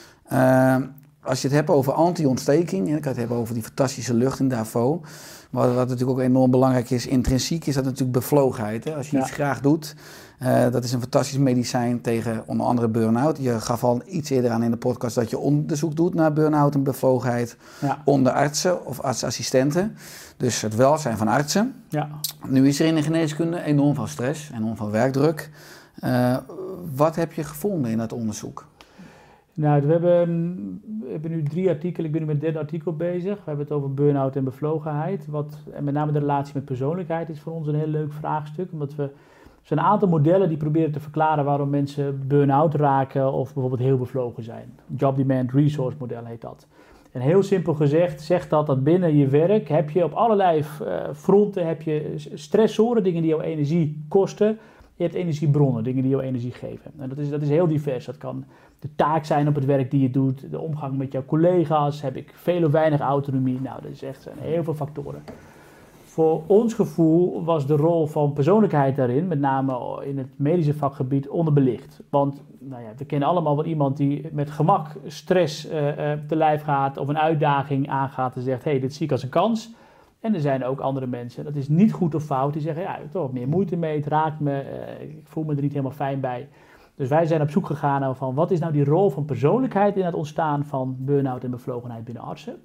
Uh, als je het hebt over anti-ontsteking, dan kan je het hebben over die fantastische lucht in Davos. Maar wat natuurlijk ook enorm belangrijk is, intrinsiek, is dat natuurlijk bevlogenheid. Hè? Als je ja. iets graag doet, uh, dat is een fantastisch medicijn tegen onder andere burn-out. Je gaf al iets eerder aan in de podcast dat je onderzoek doet naar burn-out en bevlogenheid ja. onder artsen of artsassistenten. Dus het welzijn van artsen. Ja. Nu is er in de geneeskunde enorm veel stress, enorm veel werkdruk. Uh, wat heb je gevonden in dat onderzoek? Nou, we hebben, we hebben nu drie artikelen. Ik ben nu met het derde artikel bezig. We hebben het over burn-out en bevlogenheid. Wat, en met name de relatie met persoonlijkheid is voor ons een heel leuk vraagstuk. Omdat we, er zijn een aantal modellen die proberen te verklaren waarom mensen burn-out raken of bijvoorbeeld heel bevlogen zijn. Job Demand Resource model heet dat. En heel simpel gezegd zegt dat dat binnen je werk heb je op allerlei uh, fronten heb je stressoren, dingen die jouw energie kosten. Je hebt energiebronnen, dingen die jou energie geven. En dat is, dat is heel divers. Dat kan de taak zijn op het werk die je doet, de omgang met jouw collega's, heb ik veel of weinig autonomie. Nou, dat is echt zijn heel veel factoren. Voor ons gevoel was de rol van persoonlijkheid daarin, met name in het medische vakgebied, onderbelicht. Want nou ja, we kennen allemaal wel iemand die met gemak stress uh, uh, te lijf gaat of een uitdaging aangaat en zegt, hé, hey, dit zie ik als een kans. En er zijn ook andere mensen, dat is niet goed of fout, die zeggen, ja, ik heb toch wat meer moeite mee, het raakt me, uh, ik voel me er niet helemaal fijn bij. Dus wij zijn op zoek gegaan naar van, wat is nou die rol van persoonlijkheid in het ontstaan van burn-out en bevlogenheid binnen artsen.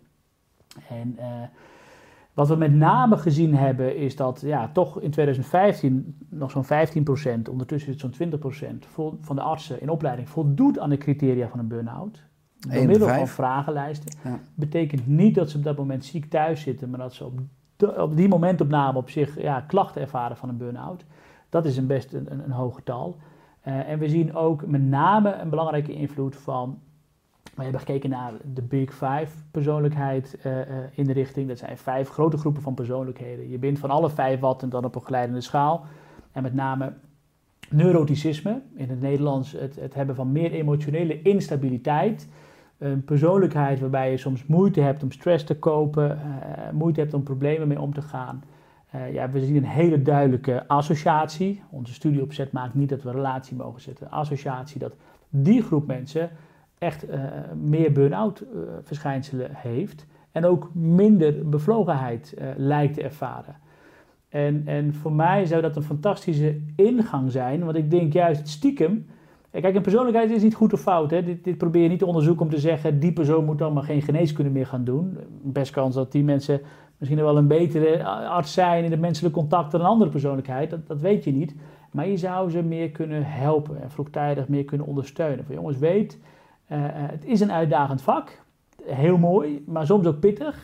En uh, wat we met name gezien hebben, is dat ja, toch in twintig vijftien nog zo'n vijftien procent, ondertussen is het zo'n twintig procent van de artsen in opleiding voldoet aan de criteria van een burn-out. Door middel van vragenlijsten. Ja. Betekent niet dat ze op dat moment ziek thuis zitten, maar dat ze op, de, op die momentopname op zich ja, klachten ervaren van een burn-out. Dat is een best een, een, een hoog getal. Uh, en we zien ook met name een belangrijke invloed van, we hebben gekeken naar de Big Five persoonlijkheid uh, uh, in de richting. Dat zijn vijf grote groepen van persoonlijkheden. Je bent van alle vijf wat en dan op een geleidende schaal. En met name neuroticisme, in het Nederlands het, het hebben van meer emotionele instabiliteit. Een persoonlijkheid waarbij je soms moeite hebt om stress te kopen, uh, moeite hebt om problemen mee om te gaan. Uh, ja, we zien een hele duidelijke associatie. Onze studieopzet maakt niet dat we relatie mogen zetten. Associatie dat die groep mensen echt uh, meer burn-out uh, verschijnselen heeft en ook minder bevlogenheid uh, lijkt te ervaren. En, en voor mij zou dat een fantastische ingang zijn, want ik denk juist het stiekem. Kijk, een persoonlijkheid is niet goed of fout. Hè? Dit, dit probeer je niet te onderzoeken om te zeggen, die persoon moet dan maar geen geneeskunde meer gaan doen. Best kans dat die mensen misschien wel een betere arts zijn in het menselijk contact dan een andere persoonlijkheid. Dat, dat weet je niet. Maar je zou ze meer kunnen helpen en vroegtijdig meer kunnen ondersteunen. Van jongens, weet, uh, het is een uitdagend vak. Heel mooi, maar soms ook pittig.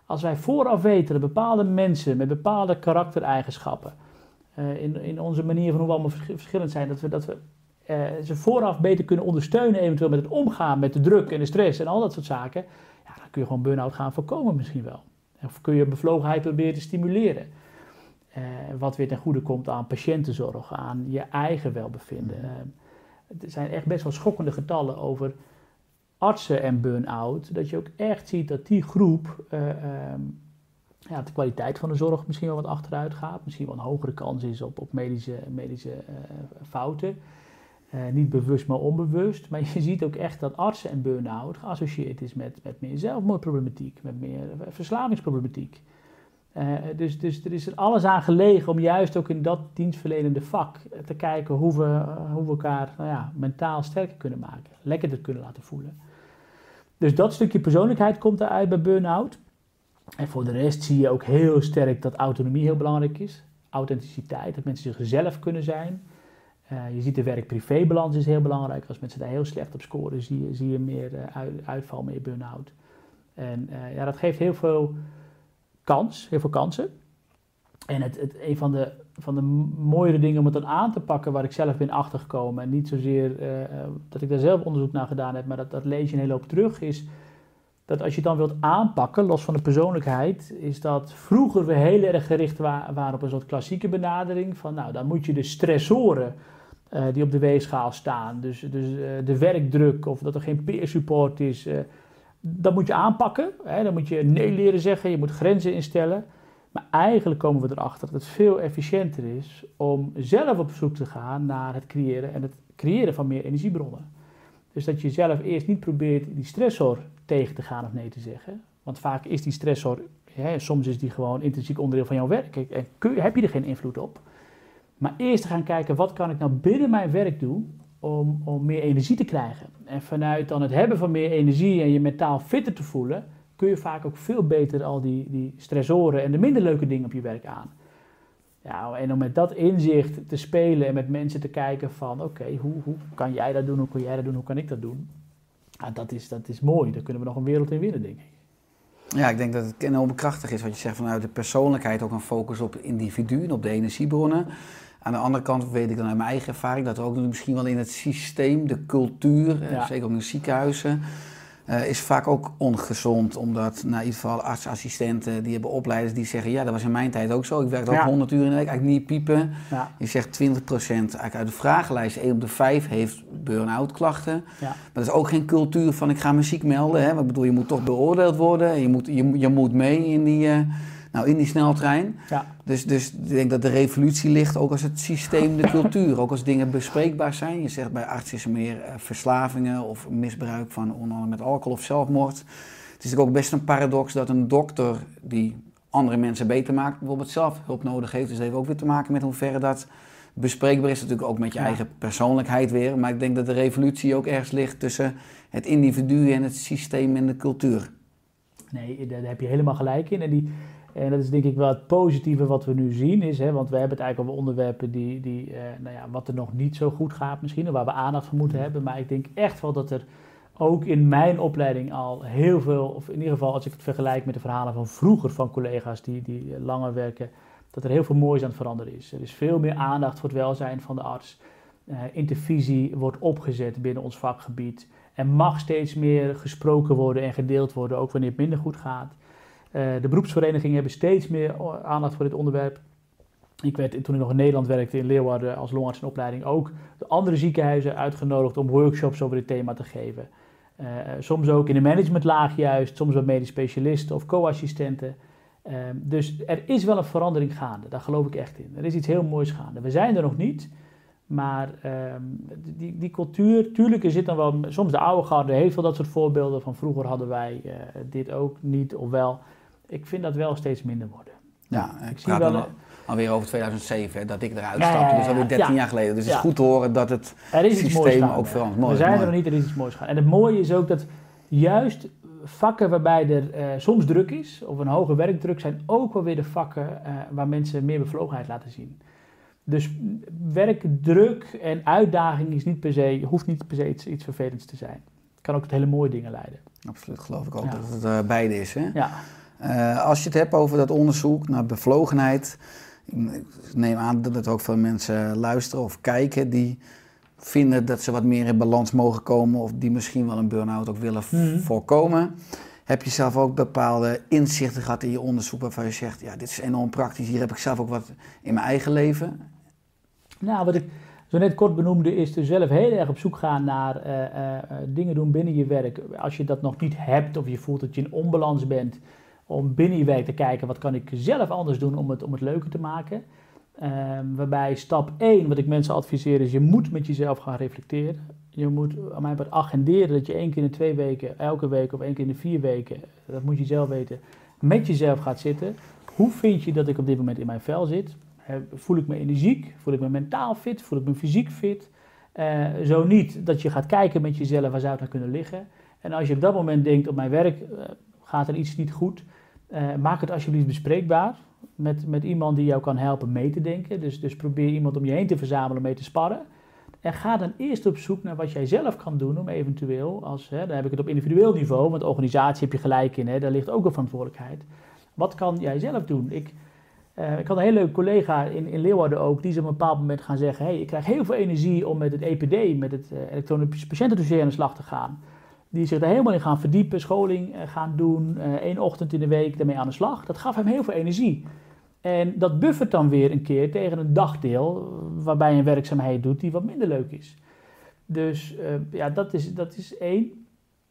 Als wij vooraf weten dat bepaalde mensen met bepaalde karaktereigenschappen, uh, in, in onze manier van hoe we allemaal verschillend zijn, dat we, dat we uh, ze vooraf beter kunnen ondersteunen, eventueel met het omgaan met de druk en de stress en al dat soort zaken, ja, dan kun je gewoon burn-out gaan voorkomen misschien wel. Of kun je bevlogenheid proberen te stimuleren. Uh, wat weer ten goede komt aan patiëntenzorg, aan je eigen welbevinden. Uh, er zijn echt best wel schokkende getallen over artsen en burn-out. Dat je ook echt ziet dat die groep, uh, um, ja, de kwaliteit van de zorg misschien wel wat achteruit gaat. Misschien wel een hogere kans is op, op medische, medische uh, fouten. Uh, niet bewust, maar onbewust. Maar je ziet ook echt dat artsen en burn-out geassocieerd is met, met meer zelfmoordproblematiek, met meer verslavingsproblematiek. Uh, dus, dus er is er alles aan gelegen om juist ook in dat dienstverlenende vak te kijken hoe we, uh, hoe we elkaar nou ja, mentaal sterker kunnen maken. Lekkerder kunnen laten voelen. Dus dat stukje persoonlijkheid komt eruit bij burn-out. En voor de rest zie je ook heel sterk dat autonomie heel belangrijk is. Authenticiteit, dat mensen zichzelf kunnen zijn. Uh, je ziet de werk-privé-balans is heel belangrijk. Als mensen daar heel slecht op scoren, zie je, zie je meer uh, uitval, meer burn-out. En uh, ja, dat geeft heel veel kans, heel veel kansen. En het, het, een van de, van de mooiere dingen om het dan aan te pakken, waar ik zelf ben achtergekomen, en niet zozeer uh, dat ik daar zelf onderzoek naar gedaan heb, maar dat, dat lees je een hele hoop terug, is dat als je het dan wilt aanpakken, los van de persoonlijkheid, is dat vroeger we heel erg gericht wa- waren op een soort klassieke benadering, van nou, dan moet je de stressoren uh, die op de weegschaal staan, dus, dus uh, de werkdruk of dat er geen peer support is, uh, dat moet je aanpakken. Hè? Dan moet je nee leren zeggen, je moet grenzen instellen. Maar eigenlijk komen we erachter dat het veel efficiënter is om zelf op zoek te gaan naar het creëren en het creëren van meer energiebronnen. Dus dat je zelf eerst niet probeert die stressor tegen te gaan of nee te zeggen. Want vaak is die stressor, hè, soms is die gewoon intrinsiek onderdeel van jouw werk. En kun, heb je er geen invloed op. Maar eerst te gaan kijken, wat kan ik nou binnen mijn werk doen om, om meer energie te krijgen. En vanuit dan het hebben van meer energie en je mentaal fitter te voelen, kun je vaak ook veel beter al die, die stressoren en de minder leuke dingen op je werk aan. Ja, en om met dat inzicht te spelen en met mensen te kijken van, oké, okay, hoe, hoe kan jij dat doen, hoe kan jij dat doen, hoe kan ik dat doen? Ja, dat is, dat is mooi, daar kunnen we nog een wereld in winnen, denk ik. Ja, ik denk dat het enorm krachtig is wat je zegt vanuit de persoonlijkheid, ook een focus op individuen, op de energiebronnen. Aan de andere kant weet ik dan uit mijn eigen ervaring dat er ook misschien wel in het systeem, de cultuur, ja. zeker ook in ziekenhuizen, uh, is vaak ook ongezond. Omdat, nou, in ieder geval artsassistenten, die hebben opleiders die zeggen, ja, dat was in mijn tijd ook zo. Ik werkte ook ja. honderd uur in de week, eigenlijk niet piepen. Ja. Je zegt twintig procent eigenlijk uit de vragenlijst, één op de vijf heeft burn-out klachten. Ja. Maar dat is ook geen cultuur van ik ga me ziek melden. Hè? Ik bedoel, je moet toch beoordeeld worden. Je moet, je, je moet mee in die... Uh, Nou, in die sneltrein. Ja. Dus, dus ik denk dat de revolutie ligt ook als het systeem, de cultuur. Ook als dingen bespreekbaar zijn. Je zegt bij artsen is er meer uh, verslavingen of misbruik van onder andere met alcohol of zelfmoord. Het is ook best een paradox dat een dokter die andere mensen beter maakt, bijvoorbeeld zelf hulp nodig heeft. Dus dat heeft ook weer te maken met hoeverre dat bespreekbaar is. Natuurlijk ook met je ja. eigen persoonlijkheid weer. Maar ik denk dat de revolutie ook ergens ligt tussen het individu en het systeem en de cultuur. Nee, daar heb je helemaal gelijk in. En die... En dat is denk ik wel het positieve wat we nu zien is, hè, want we hebben het eigenlijk over onderwerpen die, die uh, nou ja, wat er nog niet zo goed gaat misschien, en waar we aandacht voor moeten hebben. Maar ik denk echt wel dat er ook in mijn opleiding al heel veel, of in ieder geval als ik het vergelijk met de verhalen van vroeger van collega's die, die langer werken, dat er heel veel moois aan het veranderen is. Er is veel meer aandacht voor het welzijn van de arts. Uh, intervisie wordt opgezet binnen ons vakgebied. Er mag steeds meer gesproken worden en gedeeld worden, ook wanneer het minder goed gaat. Uh, de beroepsverenigingen hebben steeds meer aandacht voor dit onderwerp. Ik werd, toen ik nog in Nederland werkte, in Leeuwarden als longarts in opleiding, ook de andere ziekenhuizen uitgenodigd om workshops over dit thema te geven. Uh, soms ook in de managementlaag juist, soms bij medisch specialisten of co-assistenten. Uh, dus er is wel een verandering gaande, daar geloof ik echt in. Er is iets heel moois gaande. We zijn er nog niet, maar uh, die, die cultuur, tuurlijk er zit dan wel, soms de oude garde heeft wel dat soort voorbeelden van vroeger hadden wij uh, dit ook niet of wel. Ik vind dat wel steeds minder worden. Ja, ik, ik zie wel al, alweer over tweeduizend zeven, hè, dat ik eruit stapte, ja, ja, ja, dus alweer dertien ja. jaar geleden. Dus het ja. is goed te horen dat het systeem ook verandert. Mooi, we zijn mooi. er nog niet, er is iets moois gaan. En het mooie is ook dat juist vakken waarbij er uh, soms druk is, of een hoge werkdruk, zijn ook wel weer de vakken uh, waar mensen meer bevlogenheid laten zien. Dus werkdruk en uitdaging is niet per se, hoeft niet per se iets, iets vervelends te zijn. Het kan ook tot hele mooie dingen leiden. Absoluut, geloof ik ook ja. dat het uh, beide is. Hè? Ja. Uh, als je het hebt over dat onderzoek naar bevlogenheid, ik neem aan dat er ook veel mensen luisteren of kijken die vinden dat ze wat meer in balans mogen komen of die misschien wel een burn-out ook willen mm-hmm. voorkomen. Heb je zelf ook bepaalde inzichten gehad in je onderzoek waarvan je zegt, ja, dit is enorm praktisch, hier heb ik zelf ook wat in mijn eigen leven? Nou, wat ik zo net kort benoemde is dus zelf heel erg op zoek gaan naar uh, uh, dingen doen binnen je werk. Als je dat nog niet hebt of je voelt dat je in onbalans bent, om binnen je werk te kijken, wat kan ik zelf anders doen om het, om het leuker te maken. Uh, waarbij stap één, wat ik mensen adviseer, is je moet met jezelf gaan reflecteren. Je moet aan mij wat agenderen dat je één keer in de twee weken, elke week of één keer in de vier weken, dat moet je zelf weten, met jezelf gaat zitten. Hoe vind je dat ik op dit moment in mijn vel zit? Voel ik me energiek? Voel ik me mentaal fit? Voel ik me fysiek fit? Uh, zo niet, dat je gaat kijken met jezelf, waar zou het nou kunnen liggen? En als je op dat moment denkt, op mijn werk uh, gaat er iets niet goed, uh, maak het alsjeblieft bespreekbaar met, met iemand die jou kan helpen mee te denken. Dus, dus probeer iemand om je heen te verzamelen, mee te sparren. En ga dan eerst op zoek naar wat jij zelf kan doen om eventueel, als, hè, dan heb ik het op individueel niveau, want organisatie heb je gelijk in, hè, daar ligt ook een verantwoordelijkheid. Wat kan jij zelf doen? Ik, uh, ik had een hele leuke collega in, in Leeuwarden ook, die ze op een bepaald moment gaan zeggen, hey, ik krijg heel veel energie om met het E P D, met het uh, elektronisch patiëntendossier aan de slag te gaan. Die zich daar helemaal in gaan verdiepen, scholing uh, gaan doen, uh, één ochtend in de week daarmee aan de slag. Dat gaf hem heel veel energie. En dat buffert dan weer een keer tegen een dagdeel waarbij je een werkzaamheid doet die wat minder leuk is. Dus uh, ja, dat is, dat is één.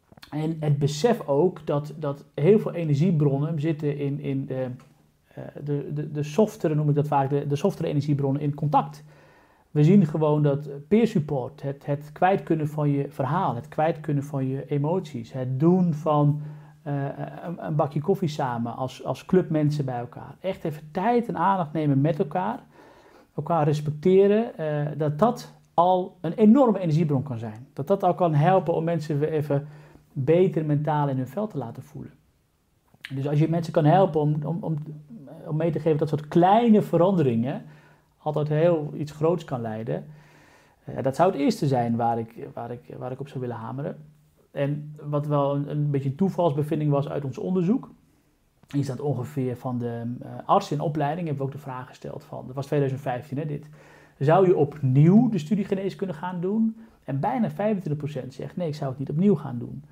En het besef ook dat, dat heel veel energiebronnen zitten in, in de, uh, de, de, de softere, noem ik dat vaak, de, de softere energiebronnen in contact. We zien gewoon dat peer support, het, het kwijt kunnen van je verhaal, het kwijt kunnen van je emoties, het doen van uh, een, een bakje koffie samen als, als clubmensen bij elkaar. Echt even tijd en aandacht nemen met elkaar, elkaar respecteren, uh, dat dat al een enorme energiebron kan zijn. Dat dat al kan helpen om mensen weer even beter mentaal in hun vel te laten voelen. Dus als je mensen kan helpen om, om, om, om mee te geven dat soort kleine veranderingen altijd heel iets groots kan leiden. Uh, dat zou het eerste zijn waar ik, waar, ik, waar ik op zou willen hameren. En wat wel een, een beetje een toevalsbevinding was uit ons onderzoek, is dat ongeveer van de uh, artsen in opleiding, hebben we ook de vraag gesteld van, dat was twintig vijftien hè, dit. Zou je opnieuw de studie geneeskunde gaan doen? En bijna vijfentwintig procent zegt, nee, ik zou het niet opnieuw gaan doen.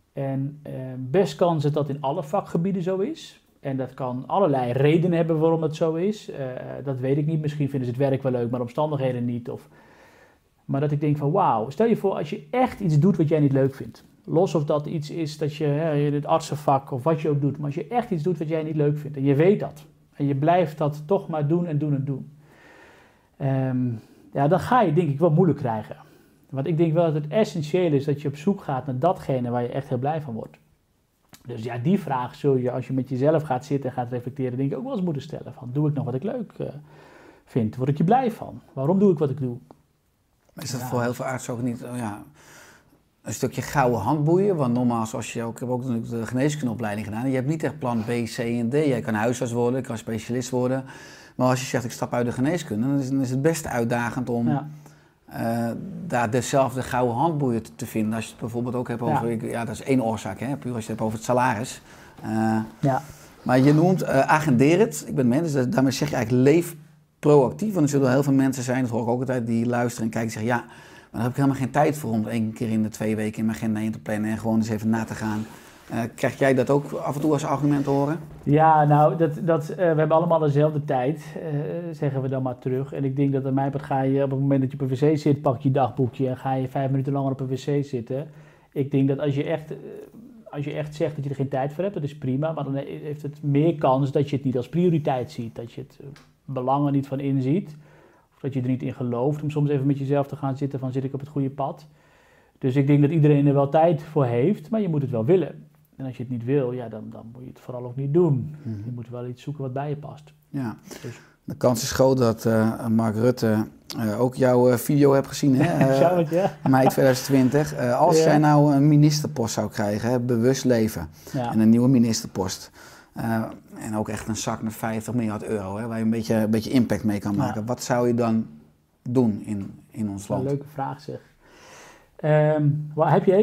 En uh, best kans dat dat in alle vakgebieden zo is. En dat kan allerlei redenen hebben waarom het zo is. Uh, dat weet ik niet. Misschien vinden ze het werk wel leuk, maar omstandigheden niet. Of... Maar dat ik denk van wauw, stel je voor als je echt iets doet wat jij niet leuk vindt. Los of dat iets is dat je hè, in het artsenvak of wat je ook doet. Maar als je echt iets doet wat jij niet leuk vindt en je weet dat. En je blijft dat toch maar doen en doen en doen. Um, ja, dan ga je denk ik wel moeilijk krijgen. Want ik denk wel dat het essentieel is dat je op zoek gaat naar datgene waar je echt heel blij van wordt. Dus ja, die vraag zul je als je met jezelf gaat zitten en gaat reflecteren, denk ik ook wel eens moeten stellen. Van, doe ik nog wat ik leuk uh, vind? Word ik je blij van? Waarom doe ik wat ik doe? Is dat ja. voor heel veel artsen ook niet oh ja, een stukje gouden handboeien? Want normaal, zoals je ook, ik heb ook de geneeskundeopleiding gedaan. Je hebt niet echt plan B, C en D. Jij kan huisarts worden, je kan specialist worden. Maar als je zegt, ik stap uit de geneeskunde, dan is, dan is het best uitdagend om ja. uh, daar dezelfde gouden handboeien te, te vinden. Als je het bijvoorbeeld ook hebt over, ja, ik, ja dat is één oorzaak, hè, puur als je het hebt over het salaris. Uh, ja. Maar je noemt, uh, agendeer het, ik ben mens, dus daarmee zeg je eigenlijk leef proactief. Want er zullen heel veel mensen zijn, dat hoor ik ook altijd, die luisteren en kijken en zeggen, ja, maar daar heb ik helemaal geen tijd voor om één keer in de twee weken in mijn agenda in te plannen en gewoon eens even na te gaan. Uh, krijg jij dat ook af en toe als argument te horen? Ja, nou, dat, dat, uh, we hebben allemaal dezelfde tijd, uh, zeggen we dan maar terug. En ik denk dat aan mij ga je op het moment dat je op een wc zit, pak je dagboekje en ga je vijf minuten langer op een wc zitten. Ik denk dat als je echt, uh, als je echt zegt dat je er geen tijd voor hebt, dat is prima. Maar dan heeft het meer kans dat je het niet als prioriteit ziet. Dat je het uh, belangen niet van inziet. Of dat je er niet in gelooft om soms even met jezelf te gaan zitten van, zit ik op het goede pad? Dus ik denk dat iedereen er wel tijd voor heeft, maar je moet het wel willen. En als je het niet wil, ja, dan, dan moet je het vooral ook niet doen. Mm-hmm. Je moet wel iets zoeken wat bij je past. Ja, dus. De kans is groot dat uh, Mark Rutte uh, ook jouw uh, video hebt gezien, hè? Uh, Zou het, ja. mei twintig twintig. Uh, als ja. jij nou een ministerpost zou krijgen, hè, bewust leven, ja. en een nieuwe ministerpost. Uh, en ook echt een zak met vijftig miljard euro, hè, waar je een beetje, een beetje impact mee kan maken. Ja. Wat zou je dan doen in, in ons land? Een leuke vraag zeg. Um, wat, heb je even?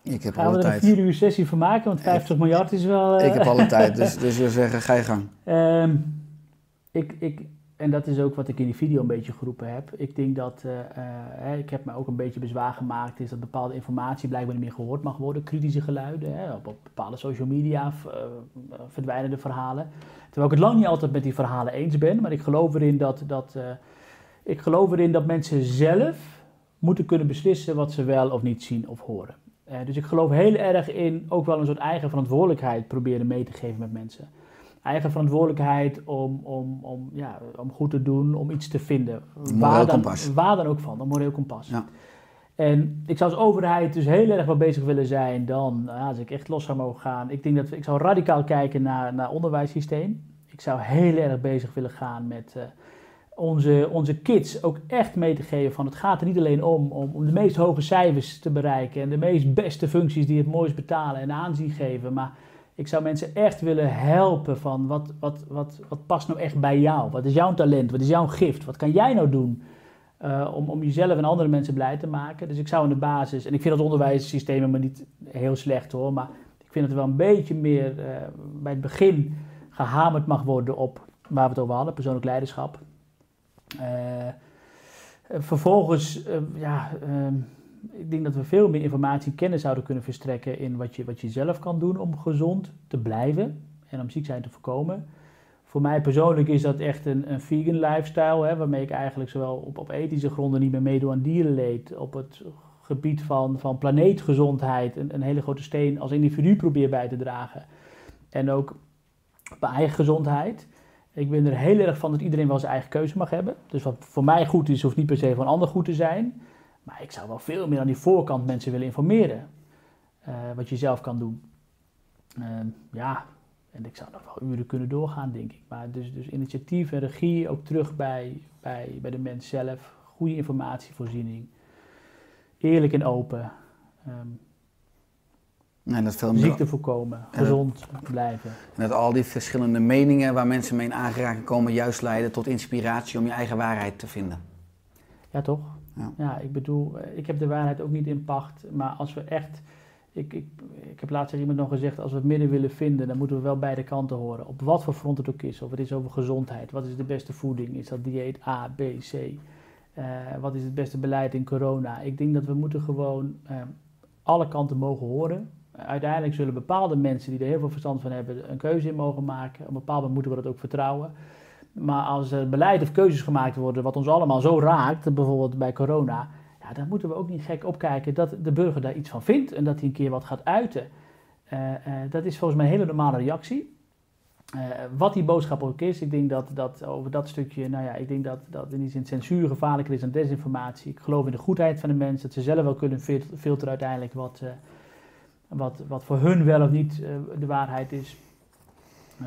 Ik heb Gaan alle we er een tijd. vier uur sessie van maken? Want vijftig miljard is wel... Uh... Ik heb alle tijd, dus, dus we zeggen, ga je gang. Um, ik, ik, en dat is ook wat ik in die video een beetje geroepen heb. Ik denk dat, uh, uh, ik heb me ook een beetje bezwaar gemaakt, is dat bepaalde informatie blijkbaar niet meer gehoord mag worden. Kritische geluiden, hè, op, op bepaalde social media, uh, verdwijnende verhalen. Terwijl ik het lang niet altijd met die verhalen eens ben, maar ik geloof erin dat, dat, uh, ik geloof erin dat mensen zelf moeten kunnen beslissen wat ze wel of niet zien of horen. Uh, dus ik geloof heel erg in ook wel een soort eigen verantwoordelijkheid proberen mee te geven met mensen. Eigen verantwoordelijkheid om, om, om, ja, om goed te doen, om iets te vinden. Waar dan, waar dan ook van, een moreel kompas. Ja. En ik zou als overheid dus heel erg wel bezig willen zijn dan, nou, als ik echt los zou mogen gaan. Ik denk dat ik zou radicaal kijken naar, naar onderwijssysteem. Ik zou heel erg bezig willen gaan met uh, onze, onze kids ook echt mee te geven van het gaat er niet alleen om, om om de meest hoge cijfers te bereiken en de meest beste functies die het mooist betalen en aanzien geven, maar ik zou mensen echt willen helpen van wat, wat, wat, wat past nou echt bij jou? Wat is jouw talent? Wat is jouw gift? Wat kan jij nou doen uh, om, om jezelf en andere mensen blij te maken? Dus ik zou in de basis, en ik vind het onderwijssysteem helemaal niet heel slecht hoor, maar ik vind dat er wel een beetje meer uh, bij het begin gehamerd mag worden op waar we het over hadden, persoonlijk leiderschap. Uh, vervolgens, uh, ja... Uh, Ik denk dat we veel meer informatie en kennis zouden kunnen verstrekken in wat je, wat je zelf kan doen om gezond te blijven en om ziek zijn te voorkomen. Voor mij persoonlijk is dat echt een, een vegan lifestyle, hè, waarmee ik eigenlijk zowel op, op ethische gronden niet meer meedoe aan dierenleed, op het gebied van, van planeetgezondheid een, een hele grote steen als individu probeer bij te dragen. En ook op eigen gezondheid. Ik ben er heel erg van dat iedereen wel zijn eigen keuze mag hebben. Dus wat voor mij goed is, hoeft niet per se voor een ander goed te zijn. Maar ik zou wel veel meer aan die voorkant mensen willen informeren. Uh, wat je zelf kan doen. Uh, ja, en ik zou nog wel uren kunnen doorgaan, denk ik. Maar dus, dus initiatief en regie ook terug bij, bij, bij de mens zelf. Goede informatievoorziening. Eerlijk en open. Um, en dat veel ziekte voorkomen. Gezond uh, blijven. En dat al die verschillende meningen waar mensen mee in aanraking komen juist leiden tot inspiratie om je eigen waarheid te vinden. Ja, toch? Ja. ja, ik bedoel, ik heb de waarheid ook niet in pacht, maar als we echt, ik, ik, ik heb laatst iemand nog gezegd, als we het midden willen vinden, dan moeten we wel beide kanten horen, op wat voor front het ook is, of het is over gezondheid, wat is de beste voeding, is dat dieet A, B, C, uh, wat is het beste beleid in corona. Ik denk dat we moeten gewoon uh, alle kanten mogen horen. Uh, uiteindelijk zullen bepaalde mensen die er heel veel verstand van hebben, een keuze in mogen maken, op een bepaald moment moeten we dat ook vertrouwen. Maar als er beleid of keuzes gemaakt worden wat ons allemaal zo raakt, bijvoorbeeld bij corona, ja, dan moeten we ook niet gek opkijken dat de burger daar iets van vindt en dat hij een keer wat gaat uiten. Uh, uh, dat is volgens mij een hele normale reactie. Uh, wat die boodschap ook is, ik denk dat, dat over dat stukje, nou ja, ik denk dat, dat in die zin censuur gevaarlijker is dan desinformatie. Ik geloof in de goedheid van de mensen, dat ze zelf wel kunnen filteren uiteindelijk wat, uh, wat, wat voor hun wel of niet uh, de waarheid is. Uh,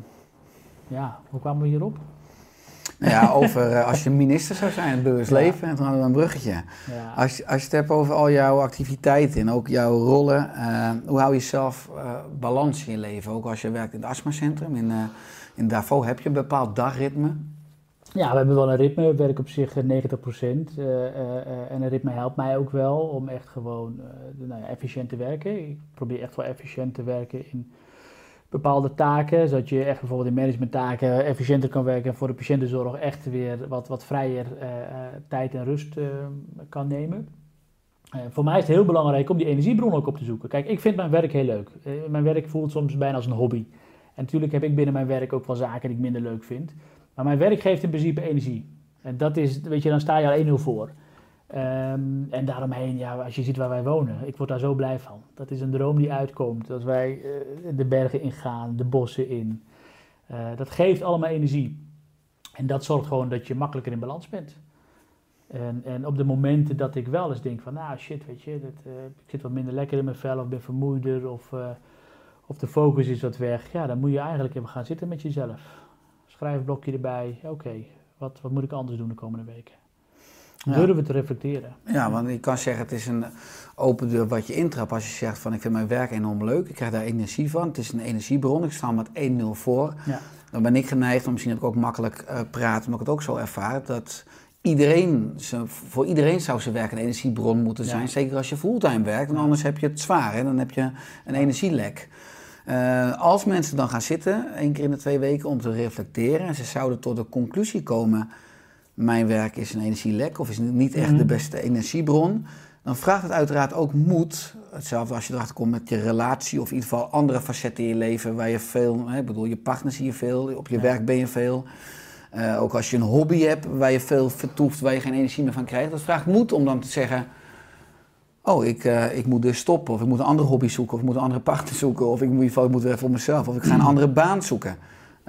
Ja, hoe kwamen we hierop? Ja, over uh, als je minister zou zijn in het burgersleven, ja. En toen hadden we een bruggetje. Ja. Als, als je het hebt over al jouw activiteiten en ook jouw rollen, uh, hoe hou je zelf uh, balans in je leven? Ook als je werkt in het astmacentrum, in, uh, in Davos, heb je een bepaald dagritme? Ja, we hebben wel een ritme. Ik werk op zich negentig procent. Uh, uh, uh, en een ritme helpt mij ook wel om echt gewoon uh, nou ja, efficiënt te werken. Ik probeer echt wel efficiënt te werken in bepaalde taken, zodat je echt bijvoorbeeld in managementtaken efficiënter kan werken en voor de patiëntenzorg echt weer wat, wat vrijer uh, tijd en rust uh, kan nemen. Uh, voor mij is het heel belangrijk om die energiebron ook op te zoeken. Kijk, ik vind mijn werk heel leuk. Uh, mijn werk voelt soms bijna als een hobby. En natuurlijk heb ik binnen mijn werk ook wel zaken die ik minder leuk vind. Maar mijn werk geeft in principe energie. En dat is, weet je, dan sta je al één nul voor. Um, en daaromheen, ja, als je ziet waar wij wonen, ik word daar zo blij van. Dat is een droom die uitkomt. Als wij uh, de bergen ingaan, de bossen in. Uh, dat geeft allemaal energie. En dat zorgt gewoon dat je makkelijker in balans bent. En, en op de momenten dat ik wel eens denk van, nou shit, weet je, dat, uh, ik zit wat minder lekker in mijn vel of ben vermoeider of, uh, of de focus is wat weg. Ja, dan moet je eigenlijk even gaan zitten met jezelf. Schrijfblokje erbij. Oké, okay, wat, wat moet ik anders doen de komende weken? Durven we te reflecteren. Ja, want ik kan zeggen, het is een open deur wat je intrapt als je zegt van ik vind mijn werk enorm leuk, ik krijg daar energie van, het is een energiebron, ik sta met één nul voor. Ja. Dan ben ik geneigd, en misschien heb ik ook makkelijk uh, praten, omdat ik het ook zo ervaar, dat iedereen, voor iedereen zou zijn werk een energiebron moeten zijn. Ja. Zeker als je fulltime werkt, want anders heb je het zwaar. Hè? Dan heb je een energielek. Uh, als mensen dan gaan zitten, één keer in de twee weken, om te reflecteren. En ze zouden tot de conclusie komen, mijn werk is een energielek of is niet echt de beste energiebron. Dan vraagt het uiteraard ook moed. Hetzelfde als je erachter komt met je relatie of in ieder geval andere facetten in je leven waar je veel, hè, ik bedoel, je partner zie je veel, op je ja. werk ben je veel. Uh, ook als je een hobby hebt waar je veel vertoeft, waar je geen energie meer van krijgt. Dat vraagt moed om dan te zeggen, oh, ik, uh, ik moet dus stoppen. Of ik moet een andere hobby zoeken. Of ik moet een andere partner zoeken. Of ik moet, ik moet weer voor mezelf. Of ik ga een andere baan zoeken. Uh,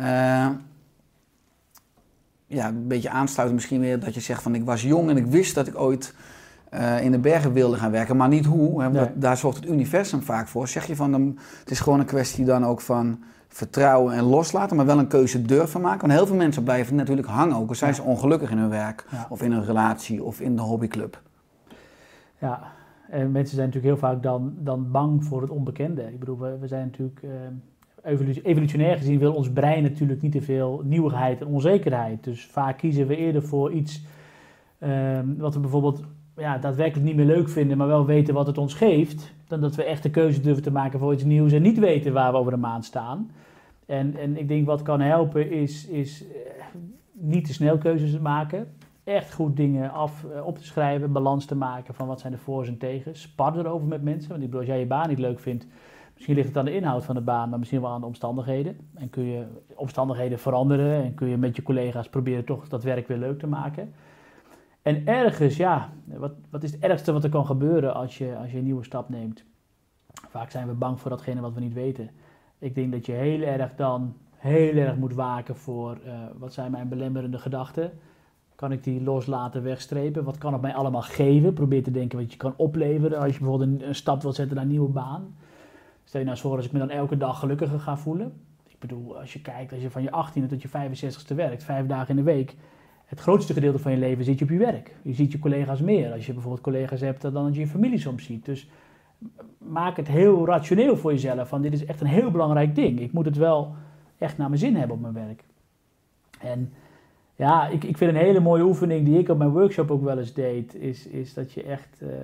ja, een beetje aansluiten misschien weer dat je zegt van ik was jong en ik wist dat ik ooit uh, in de bergen wilde gaan werken. Maar niet hoe. Hè, nee. dat, daar zorgt het universum vaak voor. Zeg je van, um, het is gewoon een kwestie dan ook van vertrouwen en loslaten. Maar wel een keuze durven maken. Want heel veel mensen blijven natuurlijk hangen. Ook al zijn ja. ze ongelukkig in hun werk. Ja. Of in een relatie. Of in de hobbyclub. Ja. En mensen zijn natuurlijk heel vaak dan, dan bang voor het onbekende. Ik bedoel, we, we zijn natuurlijk, uh, evolutionair gezien wil ons brein natuurlijk niet te veel nieuwigheid en onzekerheid. Dus vaak kiezen we eerder voor iets uh, wat we bijvoorbeeld ja, daadwerkelijk niet meer leuk vinden, maar wel weten wat het ons geeft. Dan dat we echt de keuze durven te maken voor iets nieuws en niet weten waar we over een maand staan. En, en ik denk wat kan helpen is, is uh, niet te snel keuzes maken. Echt goed dingen af, uh, op te schrijven, balans te maken van wat zijn de voor's en tegens. Spar erover met mensen, want ik bedoel, als jij je baan niet leuk vindt, misschien ligt het aan de inhoud van de baan, maar misschien wel aan de omstandigheden. En kun je omstandigheden veranderen en kun je met je collega's proberen toch dat werk weer leuk te maken. En ergens, ja, wat, wat is het ergste wat er kan gebeuren als je, als je een nieuwe stap neemt? Vaak zijn we bang voor datgene wat we niet weten. Ik denk dat je heel erg dan, heel erg moet waken voor, uh, wat zijn mijn belemmerende gedachten? Kan ik die loslaten, wegstrepen? Wat kan het mij allemaal geven? Probeer te denken wat je kan opleveren als je bijvoorbeeld een, een stap wilt zetten naar een nieuwe baan. Stel je nou eens voor als ik me dan elke dag gelukkiger ga voelen. Ik bedoel, als je kijkt, als je van je achttiende tot je vijfenzestigste werkt, vijf dagen in de week. Het grootste gedeelte van je leven zit je op je werk. Je ziet je collega's meer. Als je bijvoorbeeld collega's hebt, dan dat je je familie soms ziet. Dus maak het heel rationeel voor jezelf. Van dit is echt een heel belangrijk ding. Ik moet het wel echt naar mijn zin hebben op mijn werk. En ja, ik, ik vind een hele mooie oefening die ik op mijn workshop ook wel eens deed, is, is dat je echt, uh,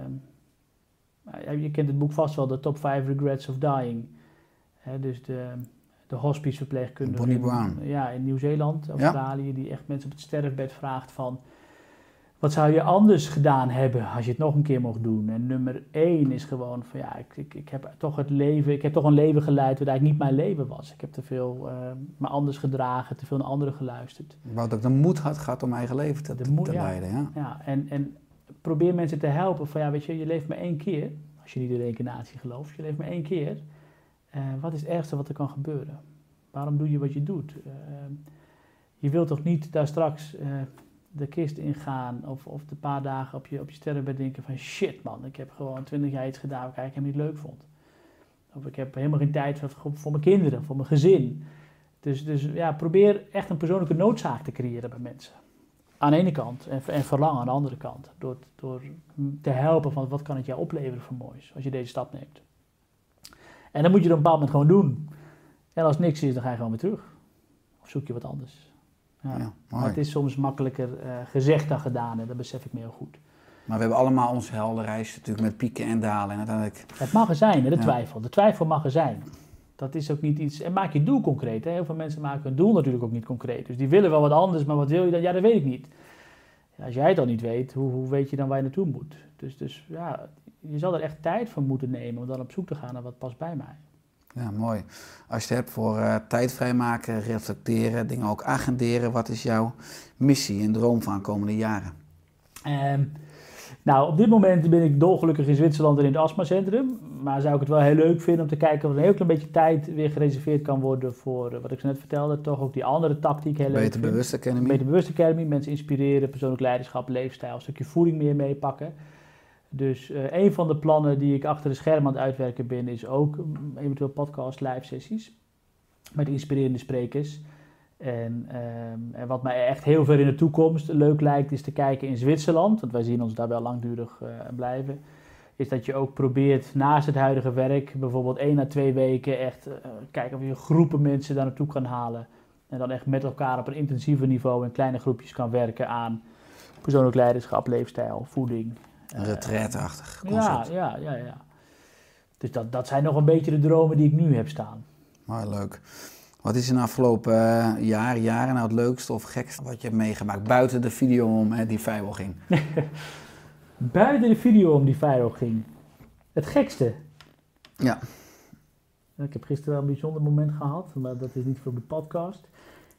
um, je kent het boek vast wel, The Top vijf Regrets of Dying. He, dus de, de hospiceverpleegkundige Bonnie Brown. Ja, in Nieuw-Zeeland, Australië, ja. Die echt mensen op het sterfbed vraagt van, wat zou je anders gedaan hebben als je het nog een keer mocht doen? En nummer één is gewoon van ja, ik, ik, ik heb toch het leven, ik heb toch een leven geleid wat eigenlijk niet mijn leven was. Ik heb te veel uh, me anders gedragen, te veel naar anderen geluisterd. Wat ook de moed had gehad om eigen leven te, te, moed, te ja, leiden. Ja, ja en, en probeer mensen te helpen van ja, weet je, je leeft maar één keer. Als je niet in reïncarnatie gelooft, je leeft maar één keer. Uh, wat is het ergste wat er kan gebeuren? Waarom doe je wat je doet? Uh, je wilt toch niet daar straks Uh, de kist ingaan of, of de paar dagen op je, op je sterrenbed denken van shit man, ik heb gewoon twintig jaar iets gedaan wat ik eigenlijk helemaal niet leuk vond. Of ik heb helemaal geen tijd voor, voor mijn kinderen, voor mijn gezin. Dus, dus ja, probeer echt een persoonlijke noodzaak te creëren bij mensen. Aan de ene kant en, en verlangen aan de andere kant. Door, door te helpen van wat kan het jou opleveren voor moois als je deze stap neemt. En dan moet je het op een bepaald moment gewoon doen. En als het niks is, dan ga je gewoon weer terug. Of zoek je wat anders. Ja, ja, maar het is soms makkelijker uh, gezegd dan gedaan en dat besef ik me heel goed. Maar we hebben allemaal onze heldenreis natuurlijk met pieken en dalen. En uiteindelijk het mag er zijn, hè, de ja. twijfel. De twijfel mag er zijn. Dat is ook niet iets. En maak je doel concreet. Hè. Heel veel mensen maken hun doel natuurlijk ook niet concreet. Dus die willen wel wat anders, maar wat wil je dan? Ja, dat weet ik niet. Ja, als jij het dan niet weet, hoe, hoe weet je dan waar je naartoe moet? Dus, dus ja, je zal er echt tijd voor moeten nemen om dan op zoek te gaan naar wat past bij mij. Ja, mooi. Als je het hebt voor uh, tijd vrijmaken, reflecteren, dingen ook agenderen. Wat is jouw missie en droom van de komende jaren? Um, nou, op dit moment ben ik dolgelukkig in Zwitserland en in het astmacentrum. Maar zou ik het wel heel leuk vinden om te kijken of er een heel klein beetje tijd weer gereserveerd kan worden voor, uh, wat ik zo net vertelde, toch ook die andere tactiek heel leuk Beter Bewust Academy. Beter Bewust Academy, mensen inspireren, persoonlijk leiderschap, leefstijl, een stukje voeding meer meepakken. Dus uh, een van de plannen die ik achter de schermen aan het uitwerken ben, is ook um, eventueel podcast, live sessies met inspirerende sprekers. En, um, en wat mij echt heel ver in de toekomst leuk lijkt, is te kijken in Zwitserland, want wij zien ons daar wel langdurig uh, blijven, is dat je ook probeert naast het huidige werk, bijvoorbeeld één à twee weken, echt uh, kijken of je groepen mensen daar naartoe kan halen. En dan echt met elkaar op een intensiever niveau in kleine groepjes kan werken aan persoonlijk leiderschap, leefstijl, voeding. Een retraite-achtig Ja, concept. ja, ja, ja. Dus dat, dat zijn nog een beetje de dromen die ik nu heb staan. Maar leuk. Wat is in de afgelopen uh, jaar, jaren nou het leukste of gekste wat je hebt meegemaakt? Buiten de video om hè, die viral ging. Buiten de video om die viral ging. Het gekste. Ja. Ik heb gisteren wel een bijzonder moment gehad, maar dat is niet voor de podcast.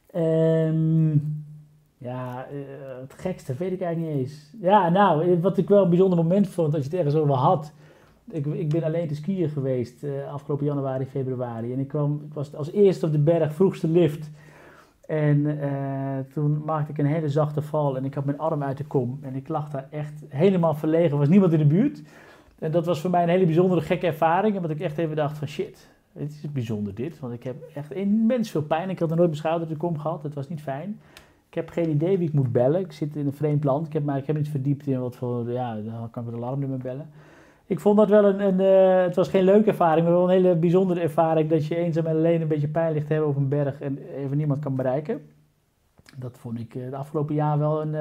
Um, ja, uh, het gekste weet ik eigenlijk niet eens. Ja, nou, wat ik wel een bijzonder moment vond, als je het ergens over had. Ik, ik ben alleen te skiën geweest uh, afgelopen januari, februari. En ik, kwam, ik was als eerste op de berg, vroegste lift. En uh, toen maakte ik een hele zachte val en ik had mijn arm uit de kom. En ik lag daar echt helemaal verlegen, er was niemand in de buurt. En dat was voor mij een hele bijzondere gekke ervaring. Omdat ik echt even dacht van shit, het is bijzonder dit. Want ik heb echt immens veel pijn. Ik had er nooit mijn schouder uit de kom gehad, het was niet fijn. Ik heb geen idee wie ik moet bellen. Ik zit in een vreemd land, ik heb, maar ik heb niet verdiept in wat voor, ja, dan kan ik het alarmnummer bellen. Ik vond dat wel een, een uh, het was geen leuke ervaring, maar wel een hele bijzondere ervaring dat je eenzaam en alleen een beetje pijn ligt te hebben op een berg en even niemand kan bereiken. Dat vond ik uh, het afgelopen jaar wel een... Uh,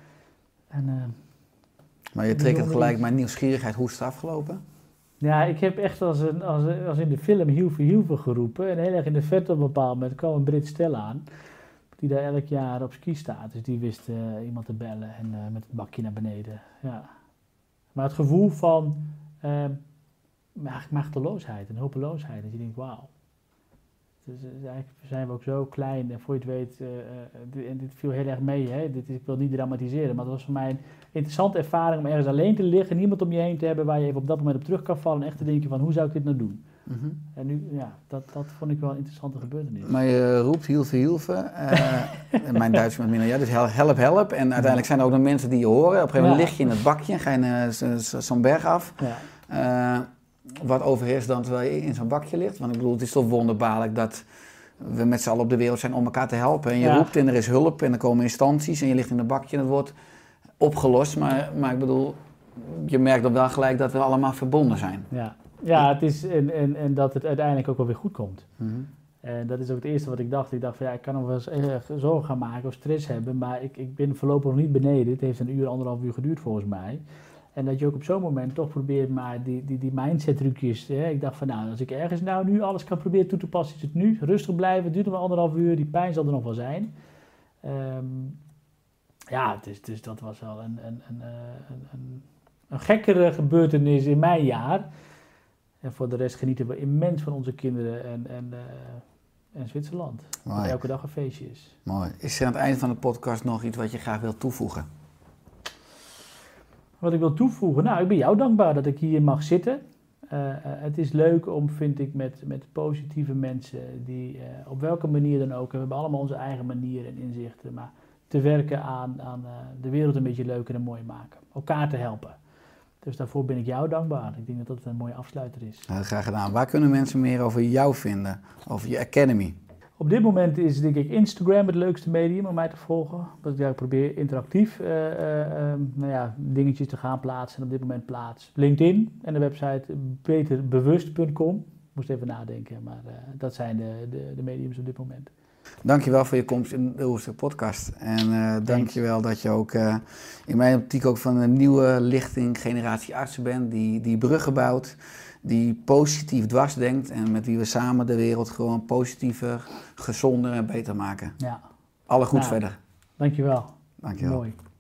een uh, maar je trekt het gelijk mijn nieuwsgierigheid, hoe is het afgelopen? Ja, ik heb echt als, een, als, als in de film Hilve Hilve geroepen en heel erg in de verte op een bepaald moment kwam een Brit stel aan die daar elk jaar op ski staat. Dus die wist uh, iemand te bellen en uh, met het bakje naar beneden, ja. Maar het gevoel van uh, eigenlijk machteloosheid en hopeloosheid. Dat je denkt, wauw. Dus, uh, eigenlijk zijn we ook zo klein. En voor je het weet, uh, uh, dit, en dit viel heel erg mee. Hè? Dit is, ik wil niet dramatiseren. Maar het was voor mij een interessante ervaring om ergens alleen te liggen. Niemand om je heen te hebben waar je even op dat moment op terug kan vallen. En echt te denken van, hoe zou ik dit nou doen? Mm-hmm. En nu, ja, dat, dat vond ik wel een interessante gebeurtenis. Maar je roept Hilve Hilve. Uh, mijn Duits met minder, ja, dus help, help. En uiteindelijk zijn er ook nog mensen die je horen. Op een gegeven moment ja. lig je in het bakje en ga je uh, zo'n berg af. Ja. Uh, wat overheerst dan terwijl je in zo'n bakje ligt? Want ik bedoel, het is toch wonderbaarlijk dat we met z'n allen op de wereld zijn om elkaar te helpen. En je ja. roept en er is hulp en er komen instanties en je ligt in een bakje en het wordt opgelost. Maar, maar ik bedoel, je merkt dan wel gelijk dat we allemaal verbonden zijn. Ja. Ja, het is en, en, en dat het uiteindelijk ook wel weer goed komt. Mm-hmm. En dat is ook het eerste wat ik dacht. Ik dacht van ja, ik kan nog wel eens erg zorgen gaan maken of stress hebben, maar ik, ik ben voorlopig nog niet beneden. Het heeft een uur, anderhalf uur geduurd volgens mij. En dat je ook op zo'n moment toch probeert maar die, die, die mindset trucjes. Hè. Ik dacht van nou, als ik ergens nou nu alles kan proberen toe te passen, is het nu. Rustig blijven, het duurt nog anderhalf uur, die pijn zal er nog wel zijn. Um, ja, dus, dus dat was wel een, een, een, een, een, een gekkere gebeurtenis in mijn jaar. En voor de rest genieten we immens van onze kinderen en, en, uh, en Zwitserland. Mooi. Dat elke dag een feestje is. Mooi. Is er aan het eind van de podcast nog iets wat je graag wilt toevoegen? Wat ik wil toevoegen? Nou, ik ben jou dankbaar dat ik hier mag zitten. Uh, uh, het is leuk om, vind ik, met, met positieve mensen die uh, op welke manier dan ook, we hebben allemaal onze eigen manieren en inzichten, maar te werken aan, aan uh, de wereld een beetje leuker en mooi maken. Elkaar te helpen. Dus daarvoor ben ik jou dankbaar. Ik denk dat dat een mooie afsluiter is. Nou, graag gedaan. Waar kunnen mensen meer over jou vinden? Over je Academy? Op dit moment is denk ik Instagram het leukste medium om mij te volgen. Dat ik daar probeer interactief uh, uh, uh, nou ja, dingetjes te gaan plaatsen. En op dit moment plaats LinkedIn en de website beter bewust punt com. Moest even nadenken, maar uh, dat zijn de, de, de mediums op dit moment. Dankjewel voor je komst in de Oersterk podcast. En uh, dankjewel dat je ook uh, in mijn optiek ook van een nieuwe lichting generatie artsen bent. Die, die bruggen bouwt, die positief dwars denkt. En met wie we samen de wereld gewoon positiever, gezonder en beter maken. Ja. Alle goeds nou, verder. Dankjewel. Dankjewel. Mooi.